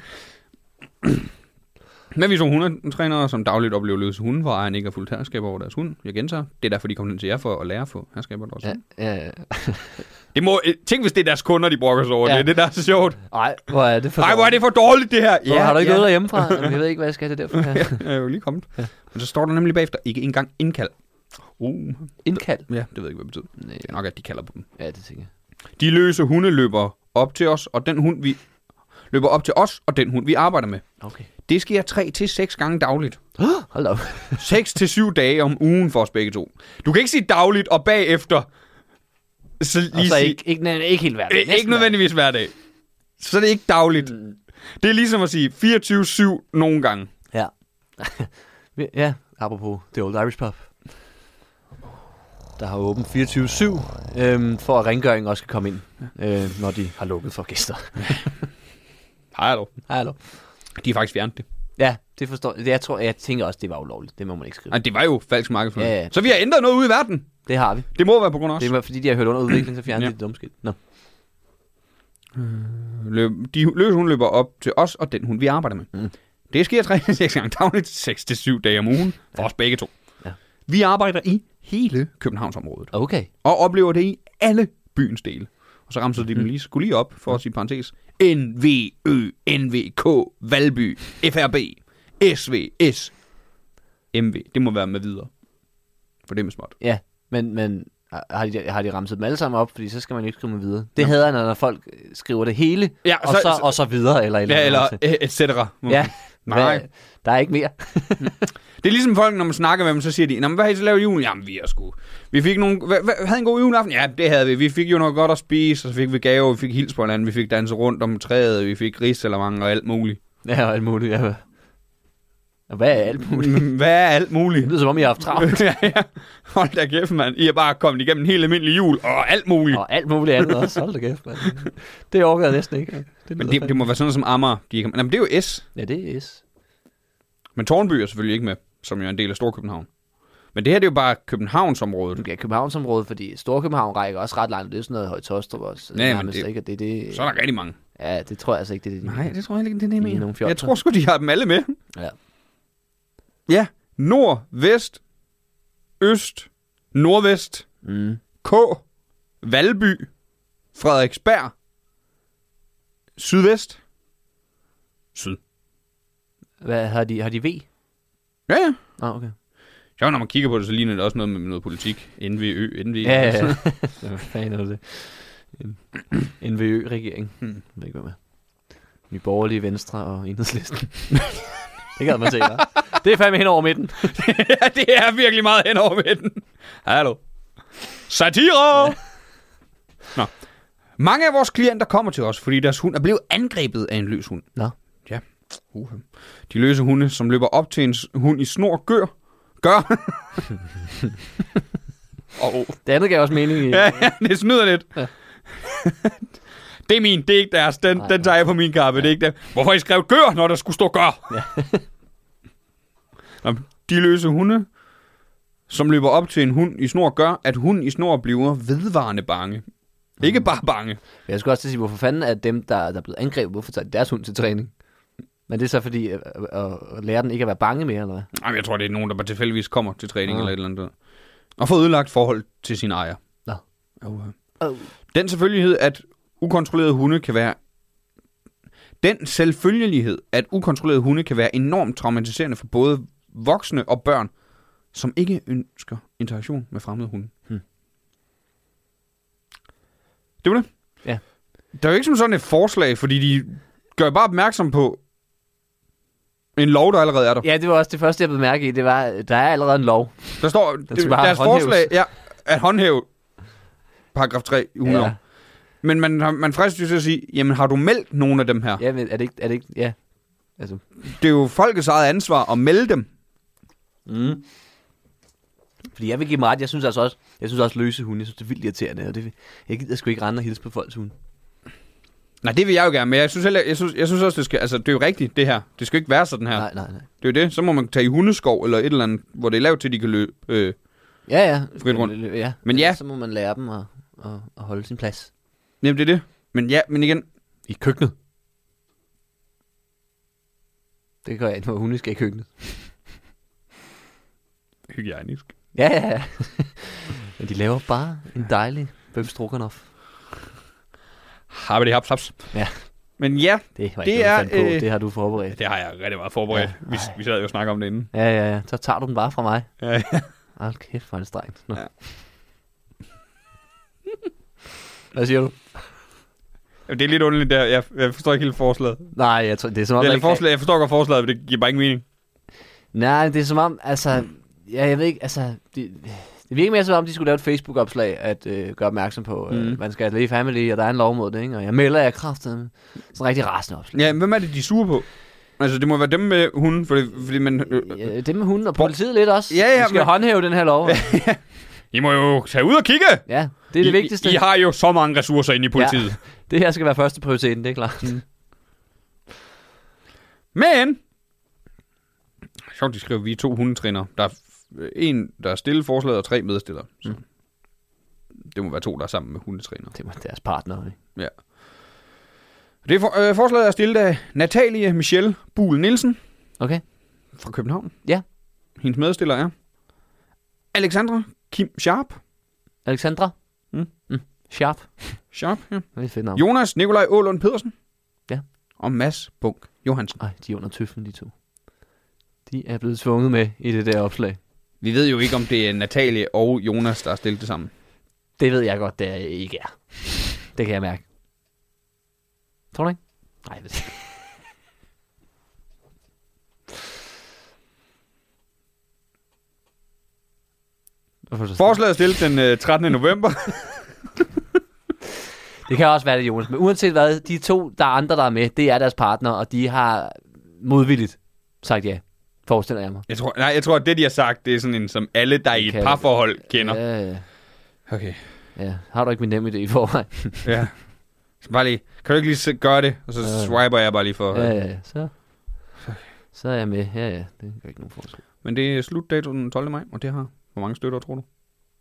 Men vi er to hundetrænere, som dagligt oplever løse hunde, hvor ejeren ikke har fuldt herskab over deres hund. Jeg gentager. Det er derfor, de kommer hen til jer for at lære at få herskab over deres Ja, hund. ja, ja. Det må, tænk, hvis det er deres kunder, de brokker sig over. Ja. Det er det, der er så sjovt. Ej, hvor er det for Ej, hvor er det for dårligt, det her. Ja, har du ikke noget derhjemmefra? Jamen, jeg ved ikke, hvad jeg skal have det derfor. Ja. Jeg er jo lige kommet. Ja. Men så står der nemlig bagefter, ikke engang indkald. Uh. Indkald. Ja, det ved jeg ikke, hvad det betyder. Nej. Det er nok, at de kalder på dem. Ja, det tænker jeg. De løse hunde løber op til os, og den hund, vi løber op til os, og den hund, vi arbejder med. Okay. Det sker tre til seks gange dagligt. Hold op. seks til syv dage om ugen for os begge to. Du kan ikke sige dagligt, og bagefter så lige Og så sige, ikke, ikke, ikke, ikke helt hverdag. ikke, ikke nødvendigvis hver dag. Så det er ikke dagligt. Mm. Det er ligesom at sige fireogtyve syv nogle gange. Ja. Ja, apropos The Old Irish Pub. Der har åbent fireogtyve syv, øhm, for at rengøringen også kan komme ind, øh, når de har lukket for gæster. Hallo. Hallo. De har faktisk fjernet det. Ja, det forstår jeg. Jeg tror, jeg tænker også, det var ulovligt. Det må man ikke skrive. Nej, det var jo falsk markedsføring. Ja, ja. Så vi har ændret noget ude i verden. det har vi. Det må være på grund af os. Det var fordi, de har hørt under udvikling, så fjernede Ja. de det dumme skilt. Nå. Løb, de løse hunde løber op til os og den hund, vi arbejder med. Mm. Det sker tre til seks gange dagligt, seks til syv dage om ugen, for Ja. os begge to. Ja. Vi arbejder i hele Københavnsområdet, Okay. og oplever det i alle byens dele. Og så ramser de dem lige, skulle lige op, for at sige parentes. N V Ø, N V K, Valby, F R B, S V, S, M V. Det må være med videre. For det er med småt. Ja, men, men har, de, har de ramset dem alle sammen op? Fordi så skal man jo ikke skrive med videre. Det hader jeg, når folk skriver det hele, Ja, og, så, så, og så videre. Eller, eller, Ja, eller andet. øh, et cetera. Ja, Nej. hvad, der er ikke mere. Det er ligesom folk, når man snakker med dem, så siger de, "Nå, men hvad har I så lavet i julen?" Jamen, vi har sgu... Vi fik nogle... Hvad, hvad, havde en god juleaften? Ja, det havde vi. Vi fik jo noget godt at spise, og så fik vi gaver, vi fik hils på hinanden, vi fik danset rundt om træet, vi fik risalamande og alt muligt. Ja, og alt muligt. Ja. Og hvad er alt muligt? Hvad er alt muligt? Det lyder som om, I har haft travlt. ja, ja. Hold da kæft, mand. I har bare kommet igennem en helt almindelig jul, og alt muligt. Og alt muligt andet også. Hold da kæft, mand. Det orker jeg næsten ikke. Det, Men lyder det, det fandme- må være sådan noget som Amager. De ikke... Jamen, det er jo S. Ja, det er S. Men Tårnby er selvfølgelig ikke med, som jo er en del af Storkøbenhavn. Men det her, det er jo bare Københavnsområdet. Ja, Københavnsområdet, fordi Storkøbenhavn rækker også ret langt. Det er sådan noget Høje-Taastrup også. Ja, men nærmest, det- ikke? Og det, det, Så er der rigtig mange. Ja, det tror jeg altså ikke, det er det. de Nej, mener. det tror jeg ikke, det er det, jeg De er mener. nogle fjolser. Jeg tror sgu, de har dem alle med. Ja. Ja, nord, vest, øst, nordvest, Mm. K, Valby, Frederiksberg, sydvest, syd. Hvad har de? Har de V? Ja, ja. Nå, okay. Så når man kigger på det, så ligner det også noget med noget politik. N V Ø, N V. Ja, ja, ja. Hvad fanden er det? En, en V Ø-regering. Hmm. Jeg ved ikke, hvad med. Nye Borgerlige, Venstre og Enhedslisten. Det kan man se, hva'? Det er fandme hen over midten. ja, det er virkelig meget hen over midten. Hallo. Satire! Ja. Nå. Mange af vores klienter kommer til os, fordi deres hund er blevet angrebet af en løs hund. Nå. Ja. Uh. De løse hunde, som løber op til en s- hund i snor, gør. Gør. oh. Det andet gav også mening i... Ja, ja, det snyder lidt. Ja. Det er min, det er ikke deres. Den, Nej, den tager jeg på min kappe, ja. Det er ikke der. Hvorfor har I skrevet gør, når der skulle stå gør? Ja. Nå, de løse hunde, som løber op til en hund i snor, gør, at hunden i snor bliver vedvarende bange. Mm. Ikke bare bange. Jeg skulle også til at sige, hvorfor fanden er dem, der, der er blevet angrebet, hvorfor tager de deres hund til træning? Men det er så fordi, at, at, at lære den ikke at være bange mere, eller hvad? Ej, jeg tror, det er nogen, der bare tilfældigvis kommer til træning Ah. eller et eller andet. Og får ødelagt forhold til sin ejer. Nå. Oh. Oh. Den selvfølgelighed, at ukontrollerede hunde kan være... Den selvfølgelighed, at ukontrollerede hunde kan være enormt traumatiserende for både voksne og børn, som ikke ønsker interaktion med fremmede hunde. Hmm. Det var det. Ja. Der er jo ikke som sådan et forslag, fordi de gør bare opmærksom på en lov, der allerede er der. Ja, det var også det første, jeg blev mærke i. Det var, der er allerede en lov. Der står, skal det, bare deres håndhæves. forslag er at håndhæve paragraf tre i hundelov. Ja. Men man, har- man fristes jo til at sige, jamen har du meldt nogle af dem her? Ja, men er det ikke... Er det ikke ja. Altså. Det er jo folkets eget ansvar at melde dem. Mm. Fordi jeg vil give mig ret. Jeg synes altså også, jeg synes også løse hunde. Jeg synes, det er vildt irriterende. Og det, jeg gider sgu ikke rende og hilse på folks hunde. Nej, det vil jeg jo gerne, men jeg synes, heller, jeg synes, jeg synes også, det skal, altså det er jo rigtigt, det her. Det skal jo ikke være sådan her. Nej, nej, nej. Det er jo det. Så må man tage i hundeskov eller et eller andet, hvor det er lavet til, de kan løbe. Øh. Ja, ja. Frit rundt. Ja. Men ja. Så må man lære dem at, at, at holde sin plads. Jamen, det er det. Men ja, men igen. I køkkenet. Det gør jeg ikke, når hunde skal i køkkenet. Hygienisk. Ja, ja, ja. Men de laver bare en dejlig bøf stroganoff. Har vi det haps, haps. Ja. Men ja, Det var Det ikke er, noget, jeg fandt på. øh, Det har du forberedt. det har jeg rigtig meget forberedt. Ja. Ja. Vi, vi sad jo og snakkede om det inden. Ja, ja, ja. Så tager du den bare fra mig. Ja, ja. Hold kæft, hvor er det strengt. Nå. Ja. Hvad siger du? Det er lidt underligt der. Jeg, jeg forstår ikke helt forslaget. Nej, jeg tror, det er som om... Eller der ikke- forslag, jeg forstår godt forslaget, men det giver bare ingen mening. Nej, det er som om, altså... Ja, jeg ved ikke, altså... Det, det virker mere som om, de skulle lave et Facebook-opslag, at øh, gøre opmærksom på, øh, Mm. man skal have family, og der er en lov mod det, ikke? Og jeg melder jeg kraften. Sådan rigtig rasende opslag. Ja, hvem er det, de er sure på? Altså, det må være dem med hunden, fordi, fordi man... Øh, Ja, det med hunden og politiet lidt også. Ja, ja, De skal men- håndhæve den her lov. I må jo tage ud og kigge! Ja, det er det I, vigtigste. I har jo så mange ressourcer inde i politiet. Ja. Det her skal være første prioriteten, det er klart. Mm. Men... Sjovt, de skriver, vi er to hundetrænere. Der er f- en, der er stille forslaget, og tre medstillere. Så. Mm. Det må være to, der er sammen med hundetræner. Det var deres partner, ikke? Ja. Det er for, øh, forslaget er stillet af Natalie Michelle Buhl Nielsen Okay. fra København. Ja. Hendes medstiller er Alexandra Kim Sharp. Alexandra? Mm. Mm. Sharp. Sharp, ja. Det er et fedt navn. Jonas Nikolaj Ålund Pedersen. Ja. Og Mads Bunk Johansen. Ej, de er under tøflen, de to. De er blevet tvunget med i det der opslag. Vi ved jo ikke, om det er Natalie og Jonas, der har stillet det sammen. Det ved jeg godt, det er ikke er. Det kan jeg mærke. Tror du ikke? Nej, jeg ved ikke. Forslaget er stillet den øh, trettende november. Det kan også være det, Jonas. Men uanset hvad, de to, der er andre, der er med, det er deres partner, og de har modvilligt sagt ja. Forestiller jeg mig. Jeg tror, nej, jeg tror, at det, de har sagt, det er sådan en, som alle, der er i et Kan- parforhold kender. Ja, ja. Okay. Ja, har du ikke min nemme idé i forvejen? Ja. Så bare lige, kan du ikke lige se- gøre det? Og så Ja. swiper jeg bare lige for. Ja, ja, ja. Så, så er jeg med. Ja, ja. Det gør ikke nogen forskel. Men det er slutdato den tolvte maj, og det har hvor mange støtter, tror du?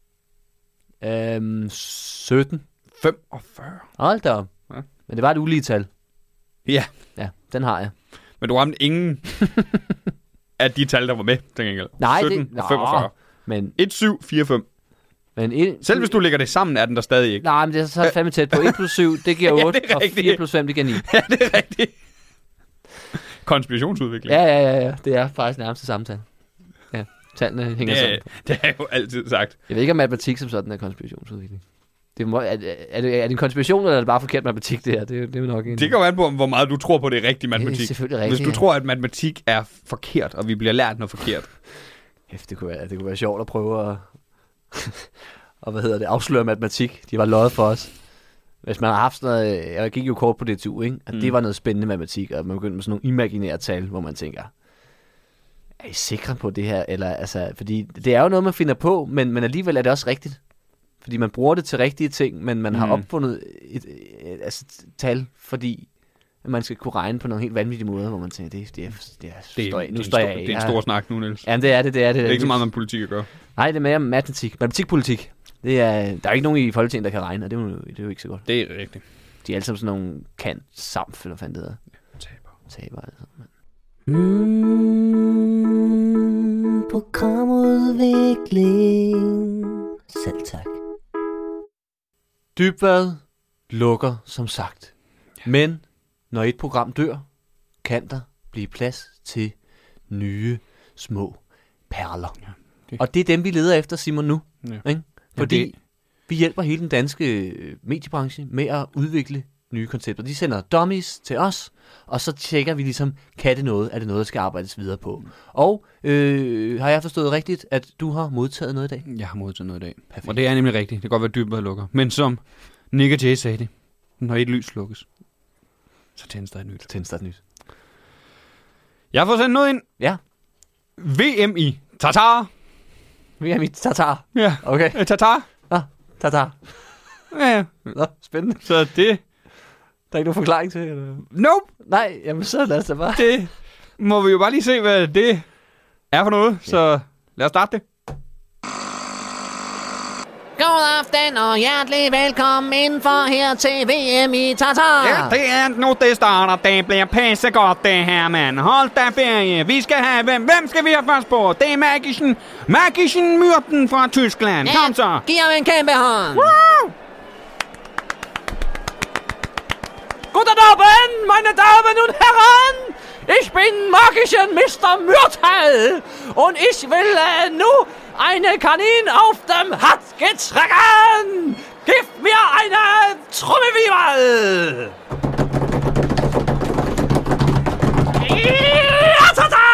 Øhm, sytten. femogfyrre. Hold da op. Ja. Men det var et ulige tal. Ja, Ja, den har jeg. men du ramte ingen af de tal, der var med, til gengæld. Nej, sytten det... og femogfyrre. Men, et syv fire fem. men en, Selv hvis du lægger det sammen, er den der stadig ikke. Nej, men det er så fandme tæt på. et plus syv, det giver Ja, otte, det er og rigtigt. fire plus fem, det giver ni. Ja, det er rigtigt. Konspirationsudvikling. Ja, ja, ja, ja. Det er faktisk nærmest det samme tal. Ja, tallene hænger det, sammen. er, det er jo altid sagt. Jeg ved ikke, om matematik som sådan er konspirationsudvikling. Det må, er, er, er, det, er det en konspiration, eller er det bare forkert matematik, det her? Det, det er jo nok en... Det kommer an på, hvor meget du tror på, det er rigtig Det er matematik. selvfølgelig rigtigt, Hvis du ja. tror, at matematik er forkert, og vi bliver lært noget forkert. Hæft, det kunne være, det kunne være sjovt at prøve at... og hvad hedder det? Afsløre matematik. De var løjet for os. Hvis man har haft sådan noget... Jeg gik jo kort på D T U, ikke? At Mm. det var noget spændende matematik, og man begyndte med sådan nogle imaginære tal, hvor man tænker... Er I sikre på det her? Eller, altså, fordi det er jo noget, man finder på, men, men alligevel er det også rigtigt. Fordi man bruger det til rigtige ting, men man har Mm. opfundet et, et, et, altså, et tal, fordi man skal kunne regne på nogle helt vanvittige måder, hvor man tænker, det, det er... Det er, Det er, står, det er, nu en, står stor, jeg af. det er en stor snak nu, Niels. Ja, det er det, det er det. Det er ikke så meget med politik at gøre. Nej, det er mere matematik. Matematikpolitik. Det er, der er ikke nogen i Folketinget, der kan regne, og det er jo, det er jo ikke så godt. Det er rigtigt. De er alle sammen sådan nogle kant samf, eller hvad fanden det hedder. Taber. Taber, altså. Mm, programudvikling. Selv tak. Dybvad lukker, som sagt. Men når et program dør, kan der blive plads til nye, små perler. Ja, det- Og det er dem, vi leder efter, Simon, nu. Ja. Ikke? Fordi det- vi hjælper hele den danske øh, mediebranche med at udvikle nye koncepter. De sender dummies til os, og så tjekker vi ligesom, kan det noget? Er det noget, der skal arbejdes videre på? Og øh, har jeg forstået rigtigt, at du har modtaget noget i dag? Jeg har modtaget noget i dag. Perfekt. Og det er nemlig rigtigt. Det kan godt være dybere lukker. Men som Nick og Jay sagde det, når et lys slukkes, så tændes der et nyt. Tænds der et nyt. Jeg har fået sendt noget ind. Ja. V M i Tatar. Vi er mit tatar. Ja, Okay. øh, Tatar. Nå, tatar. Ja, Nå, spændende. så det... Der er ikke nogen forklaring til, eller? Nope. Nej, jamen så lad os da bare. Det må vi jo bare lige se, hvad det er for noget. Så lad os starte det. God aften og hjertelig velkommen indenfor her til V M i Tatar. Ja, det er nu, det starter. Det bliver pissegodt, det her, mand. Hold da ferie. Vi skal have... Hvem, hvem skal vi have først på? Det er Magischen. Magischen Myrten fra Tyskland. Ja, Kom så. giv ham en kæmpe hånd. Woo! Guten Abend, meine Damen und Herren! Ich bin magischen Mister Myrtal und ich will äh, nu eine Kanin auf dem Hut getragen! Gib mir eine Trommelwirbel! Ja, tada!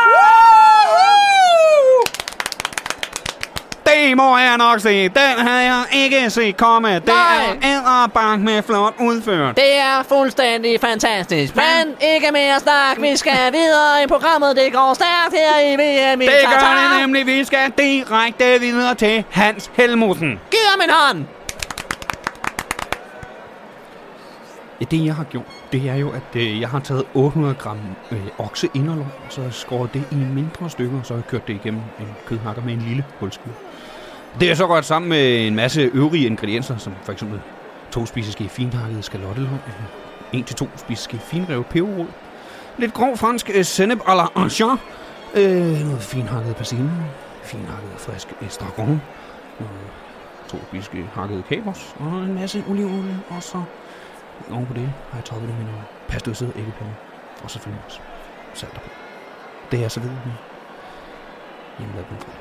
Det må jeg nok se. Den havde jeg ikke set komme. Det Nej. er æderbank med flot udført. Det er fuldstændig fantastisk. Men ikke mere snak. Vi skal videre i programmet. Det går stærkt her i V M i Det gør Tatar. det nemlig. Vi skal direkte videre til Hans Helmussen. Giv ham en hånd. Ja, det jeg har gjort, det er jo, at øh, jeg har taget otte hundrede gram øh, okseinderlov, og så har jeg skåret det i mindre stykker, og så har jeg kørt det igennem en kødhakker med en lille hulskive. Det er så rørt sammen med en masse øvrige ingredienser, som for eksempel to spiseske finhakket skalotteløg, en til to spiseske finrevet peberrod, lidt grov fransk øh, sennep à la ancien, øh, noget finhakket persille, finhakket frisk estragon, to spiseske hakket kapers og en masse olivenolie, og så oven på det har jeg toppet det med noget pasteuriseret æggepinde, og selvfølgelig også salt på. Det er jeg så ved med hjemmelavet bundfri.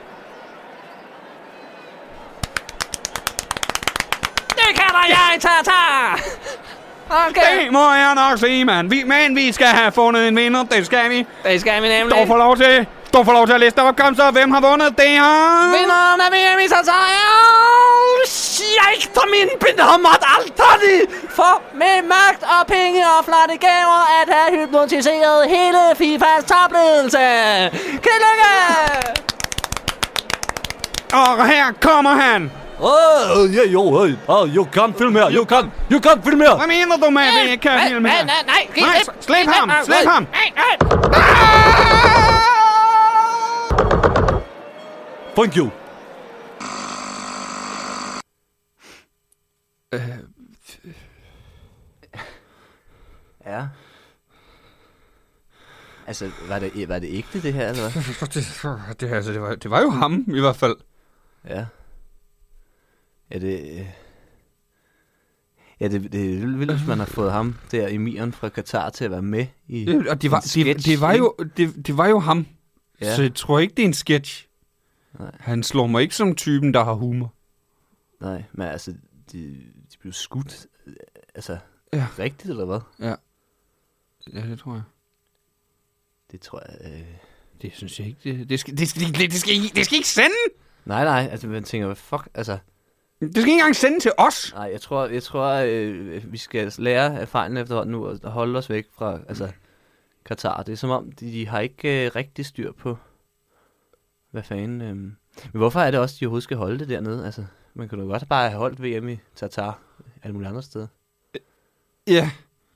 Det kan da jeg tartar! Okay. Det må jeg nok sige, mand. Vi, men vi skal have fundet en vinder. Det skal vi. Det skal vi nemlig. Du får lov til. Du får lov til at liste op. Kom så, hvem har vundet det her? Vinderen af V M i tartar er... Sheikh Tamim bin Hamad Al Thani! For med magt og penge og flotte gaver at have hypnotiseret hele FIFAs topledelse. Tillykke! Og her kommer han. Åh, ja, jo, øh, you kan filme her, you kan, you kan filme her. Hvad mener du med, at vi ikke kan filme her? Nej, nej, nej. Nej, slip ham, slip ham. Thank you. Ja. Altså, var det, var det ægte, det her, eller hvad? det, det, altså, det, var, det var jo ham, i hvert fald. Ja. Ja, det... Ja, det, det er vildt, hvis man har fået ham der, emiren fra Katar, til at være med i det, og det var, en sketch. Det, det, var jo, det, det var jo ham. Ja. Så jeg tror ikke, det er en sketch. Nej. Han slår mig ikke som typen, der har humor. Nej, men altså, de, de blev skudt, altså, Ja. rigtigt, eller hvad? Ja. Ja, det tror jeg. Det tror jeg... Øh... Det synes jeg ikke. Det, det, skal, det, skal, det, det, skal, det skal ikke sende. Nej, nej, altså, man tænker, hvad fuck, altså... Det skal ikke engang sende til os. Nej, jeg tror, jeg tror øh, vi skal lære af fejlen efterhånden nu, og holde os væk fra, altså, Katar. Det er som om, de, de har ikke øh, rigtig styr på, hvad fanden... Øh... Men hvorfor er det også, de overhovedet skal holde det dernede? Altså, man kunne da godt bare have holdt V M i Tatar alle mulige andre steder. Ja.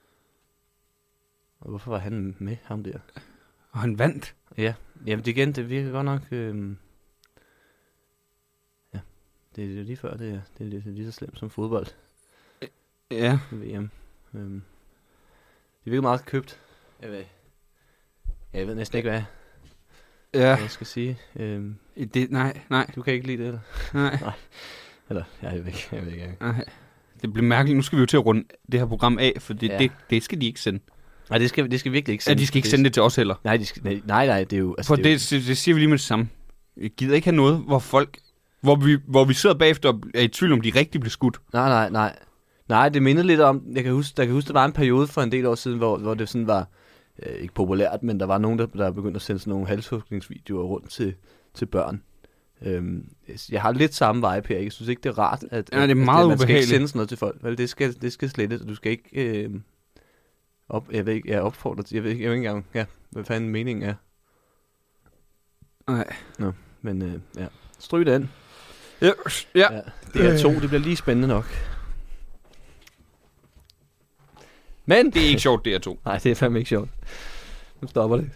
Og hvorfor var han med, ham der? Og han vandt. Ja, jamen det igen, det virker godt nok... Øh... Ja, det er lige før, det er, det er lige, lige så slemt som fodbold. Ja. V M. Øhm. Det virker meget købt. Jeg ved, jeg ved næsten ikke, hvad, Ja. hvad jeg skal sige. Øhm. Det, nej, nej, Du kan ikke lide det, eller? nej. Nej. Eller, ja, jeg ved ikke, jeg ved ikke. nej. Det bliver mærkeligt. Nu skal vi jo til at runde det her program af, for det, Ja. det, det skal de ikke sende. Nej, det skal, det skal virkelig ikke Ja, de skal ikke sende det til os heller. Nej, de skal, nej, nej, nej, det er jo... Altså, For det, er jo, det, det, det siger vi lige med det samme. Jeg gider ikke have noget, hvor folk... Hvor vi, hvor vi sidder bagefter og er i tvivl om, de rigtig bliver skudt. nej, nej, nej. Nej, det mindede lidt om... Jeg kan huske, der kan huske, der var en periode for en del år siden, hvor, hvor det sådan var... Øh, ikke populært, men der var nogen, der, der begyndte at sende sådan nogle halshugningsvideoer rundt til, til børn. Øhm, jeg har lidt samme vibe her. Jeg synes ikke, det er rart, at, Ja, det er at, meget at man skal ikke ubehageligt. sende sådan noget til folk. Vel, det skal, det skal slettet, og du skal ikke... Øh, op, jeg ved ikke, jeg opfordrer til... Jeg ved ikke, jeg ved ikke engang, ja, hvad fanden meningen er. Nej. Nå, men øh, ja. Stryg den. Ja. Ja. Ja, det er to, det bliver lige spændende nok. Men... Det er ikke sjovt, det er to. Nej, det er fandme ikke sjovt. Nu stopper det.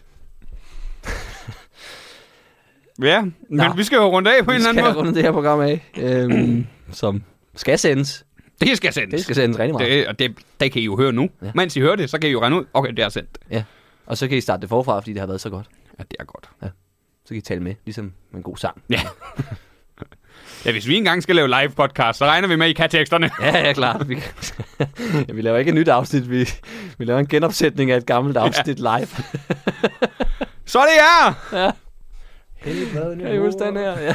Ja, men Nå. vi skal jo runde af på en Vi eller anden skal måde. runde det her program af, øhm, som skal sendes. Det skal sendes. Det skal sendes rigtig meget. Det, og det, det kan I jo høre nu. Ja. Ja. Mens I hører det, så kan I jo regne ud, okay, det er sendt. Ja, og så kan I starte det forfra, fordi det har været så godt. Ja, det er godt. Så kan I tale med, ligesom en god sang. Ja. Ja, hvis vi engang skal lave live podcast, så regner vi med, at I kan teksterne. Ja, ja, klart. Vi, ja, vi laver ikke et nyt afsnit, vi, vi laver en genopsætning af et gammelt afsnit ja. live. Så er det jer! Ja. Kan I huske den her? Ja.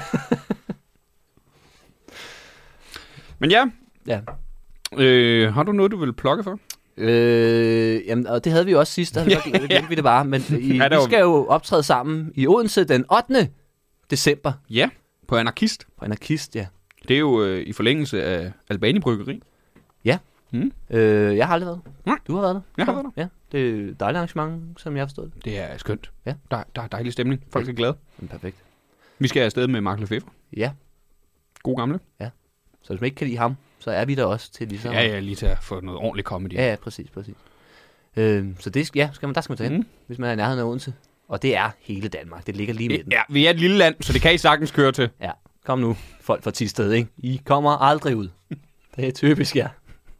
Men ja, Ja. øh, har du noget, du vil plukke for? Øh, jamen, og det havde vi jo også sidst, der havde vi, glemte vi det bare. Men I, Ja, der vi var- skal jo optræde sammen i Odense den ottende december Ja, på Anarkist. på Anarkist, ja. Det er jo øh, i forlængelse af Albani Bryggeri. Ja. Mm. Øh, jeg har aldrig været. Nej. Du har været der? Jeg har været Ja, det er et dejligt arrangement, som jeg har forstået. Det er skønt. Ja. Der, der er dejlig stemning. Folk er glade. Men perfekt. Vi skal afsted med Mark Lefebvre. Ja, God gamle. så hvis man ikke kan lide ham, så er vi der også til ligesom... Ja, ja, lige til at få noget ordentligt comedy. Ja, ja, præcis, præcis. Øh, så det, ja, skal man, der skal man tage hen, Mm. hvis man er i nærheden af Odense. Og det er hele Danmark. Det ligger lige i midten. Ja, vi er et lille land, så det kan I sagtens køre til. Ja. Kom nu, folk fra Thisted, ikke? I kommer aldrig ud. Det er typisk, ja.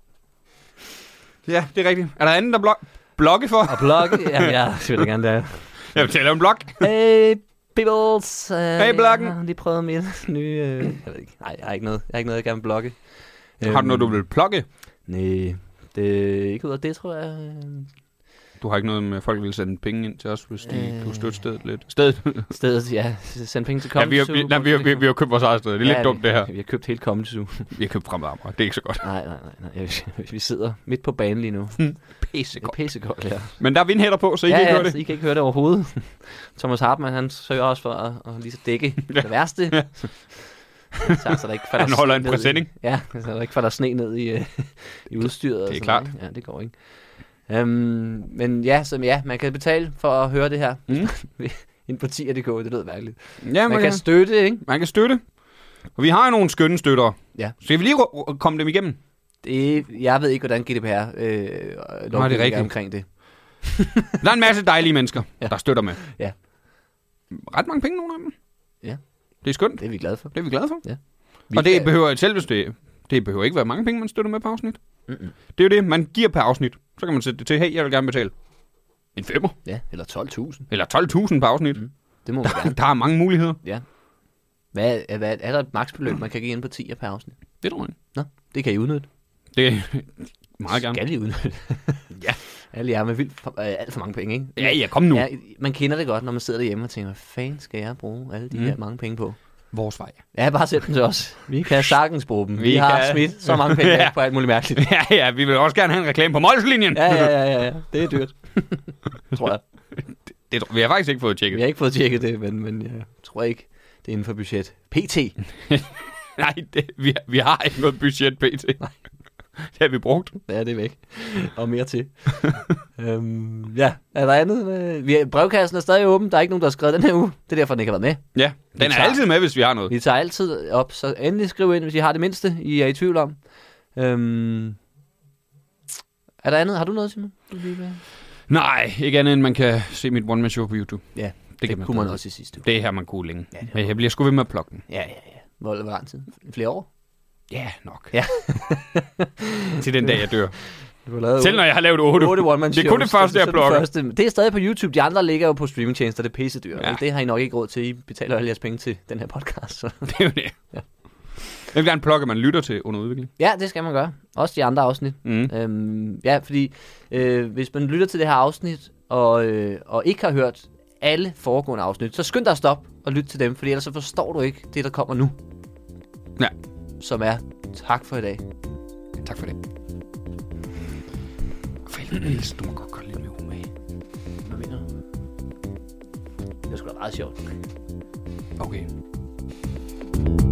Ja, det er rigtigt. Er der andet, der blog- blogge for? Og blogge? Jamen, ja, det vil jeg gerne lave. Jeg vil tale om blog. Hey, peoples. Uh, Hey, bloggen. Jeg har lige prøvet mit nye... Uh, jeg ved ikke. Nej, jeg har ikke noget, jeg har ikke noget, jeg gerne vil blogge. Har du noget, du vil plugge? Nej, det er ikke ud af det, tror jeg. Du har ikke noget med, at folk vil sende penge ind til os, hvis de Øh. kunne støtte stedet lidt. Stedet? Stedet, ja. Send penge til Ja, Comedy vi har, Zoo. vi, nej, vi, har, vi, vi har købt vores eget sted. Det er lidt Ja, dumt, det her. Vi har købt helt Comedy Zoo. Vi har købt Fremad Amager. Det er ikke så godt. Nej, nej, nej. nej. Vi sidder midt på banen lige nu. Pisse Det er pissegodt, ja. Men der er vindhætter på, så I ja, kan ikke ja, høre det. så I kan ikke høre det overhovedet. Thomas Hartmann, han søger også for at, at lige så dække det værste. Ja. Så, så der ikke falder Han holder en sne ned i- præsending. Ja, så der ikke falder sne ned i, uh, i udstyret. Det er og sådan klart. noget, ikke? Ja, det går ikke. Um, men ja, så ja, man kan betale for at høre det her. Mm. Ind på tier punktum d k, det lyder mærkeligt. Ja, Man, man, kan kan, støtte, ikke? man kan støtte. Og vi har jo nogle skønne støttere. Ja. Så jeg vil lige ru- ru- komme dem igennem. Det, jeg ved ikke, hvordan G D P R øh, lovgivningen rigtigt. er omkring det. Der er en masse dejlige mennesker, Ja. der støtter med. Ja. Ret mange penge, nogle af dem. Ja. Det er skønt. Det er vi glade for. Det er vi glade for. Ja. Og det behøver selv, hvis det, det behøver ikke være mange penge, man støtter med per afsnit. Mm-mm. Det er jo det, man giver per afsnit. Så kan man sætte det til, hey, jeg vil gerne betale en femmer. Ja, eller tolv tusind. Eller tolv tusind per afsnit. Mm. Det må man gerne. Der er mange muligheder. Ja. Hvad, er, hvad, er der et maksbeløb, man kan give ind på tier per afsnit? Det tror jeg. Nå, det kan I udnytte. Det er meget gerne. Skal I udnytte? Ja. Alle jer med vildt for, øh, alt for mange penge, ikke? Ja, ja, kom nu. Ja, man kender det godt, når man sidder derhjemme og tænker, hvad fanden skal jeg bruge alle de Mm. her mange penge på? Vores vej. Ja, bare sæt dem til os. Vi kan sagtens bruge dem. Vi, Vi vi har kan- smidt så mange penge Ja. ja. på alt muligt mærkeligt. Ja, ja, vi vil også gerne have en reklame på Molslinjen. Ja, ja, ja, ja, ja. Det er dyrt. tror jeg. Det, vi har faktisk ikke fået tjekket. Vi har ikke fået tjekket det, men, men jeg tror ikke, det er inden for budget. P T. Nej, det, vi, vi har ikke noget budget, P T. Nej. Det har vi brugt. Ja, det er væk. Og mere til. øhm, ja, er der andet? Vi er, brevkassen er stadig åben. Der er ikke nogen, der har skrevet den her uge. Det er derfor, den ikke har været med. Ja, den er tager- altid med, hvis vi har noget. Vi tager altid op, så endelig skriv ind, hvis I har det mindste, I er i tvivl om. Øhm, er der andet? Har du noget, Simon? Du lige vil- Nej, ikke andet end man kan se mit one-man-show på YouTube. Ja, det, kan det man kunne man stadig. også i sidste uge. Det er her, man kunne længe. Ja, det Men jeg bliver sgu ved med at plukke den. Ja, ja, ja. Hvor hvor lang tid? Flere år? Ja, nok. Ja. Til den dag, jeg dør. Du har lavet Selv når jeg har lavet otte. otte one-man Det er kun det første, jeg plukker. Første. Det er stadig på YouTube. De andre ligger jo på streamingtjenester. Det er pisse dyrt. Ja. Ja. Det har I nok ikke råd til. I betaler alle jeres penge til den her podcast. Så. Det er jo det. Ja. Jeg vil gerne plukke, at man lytter til under udvikling. Ja, det skal man gøre. Også de andre afsnit. Mm. Øhm, ja, fordi øh, hvis man lytter til det her afsnit, og, øh, og ikke har hørt alle foregående afsnit, så skynd dig at stoppe og lytte til dem, fordi ellers så forstår du ikke det, der kommer nu. Ja. Som er, tak for i dag. Tak for det. For helvede, du må godt gøre lidt mere umage. Hvad mener du? Det er sgu da meget sjovt. Okay.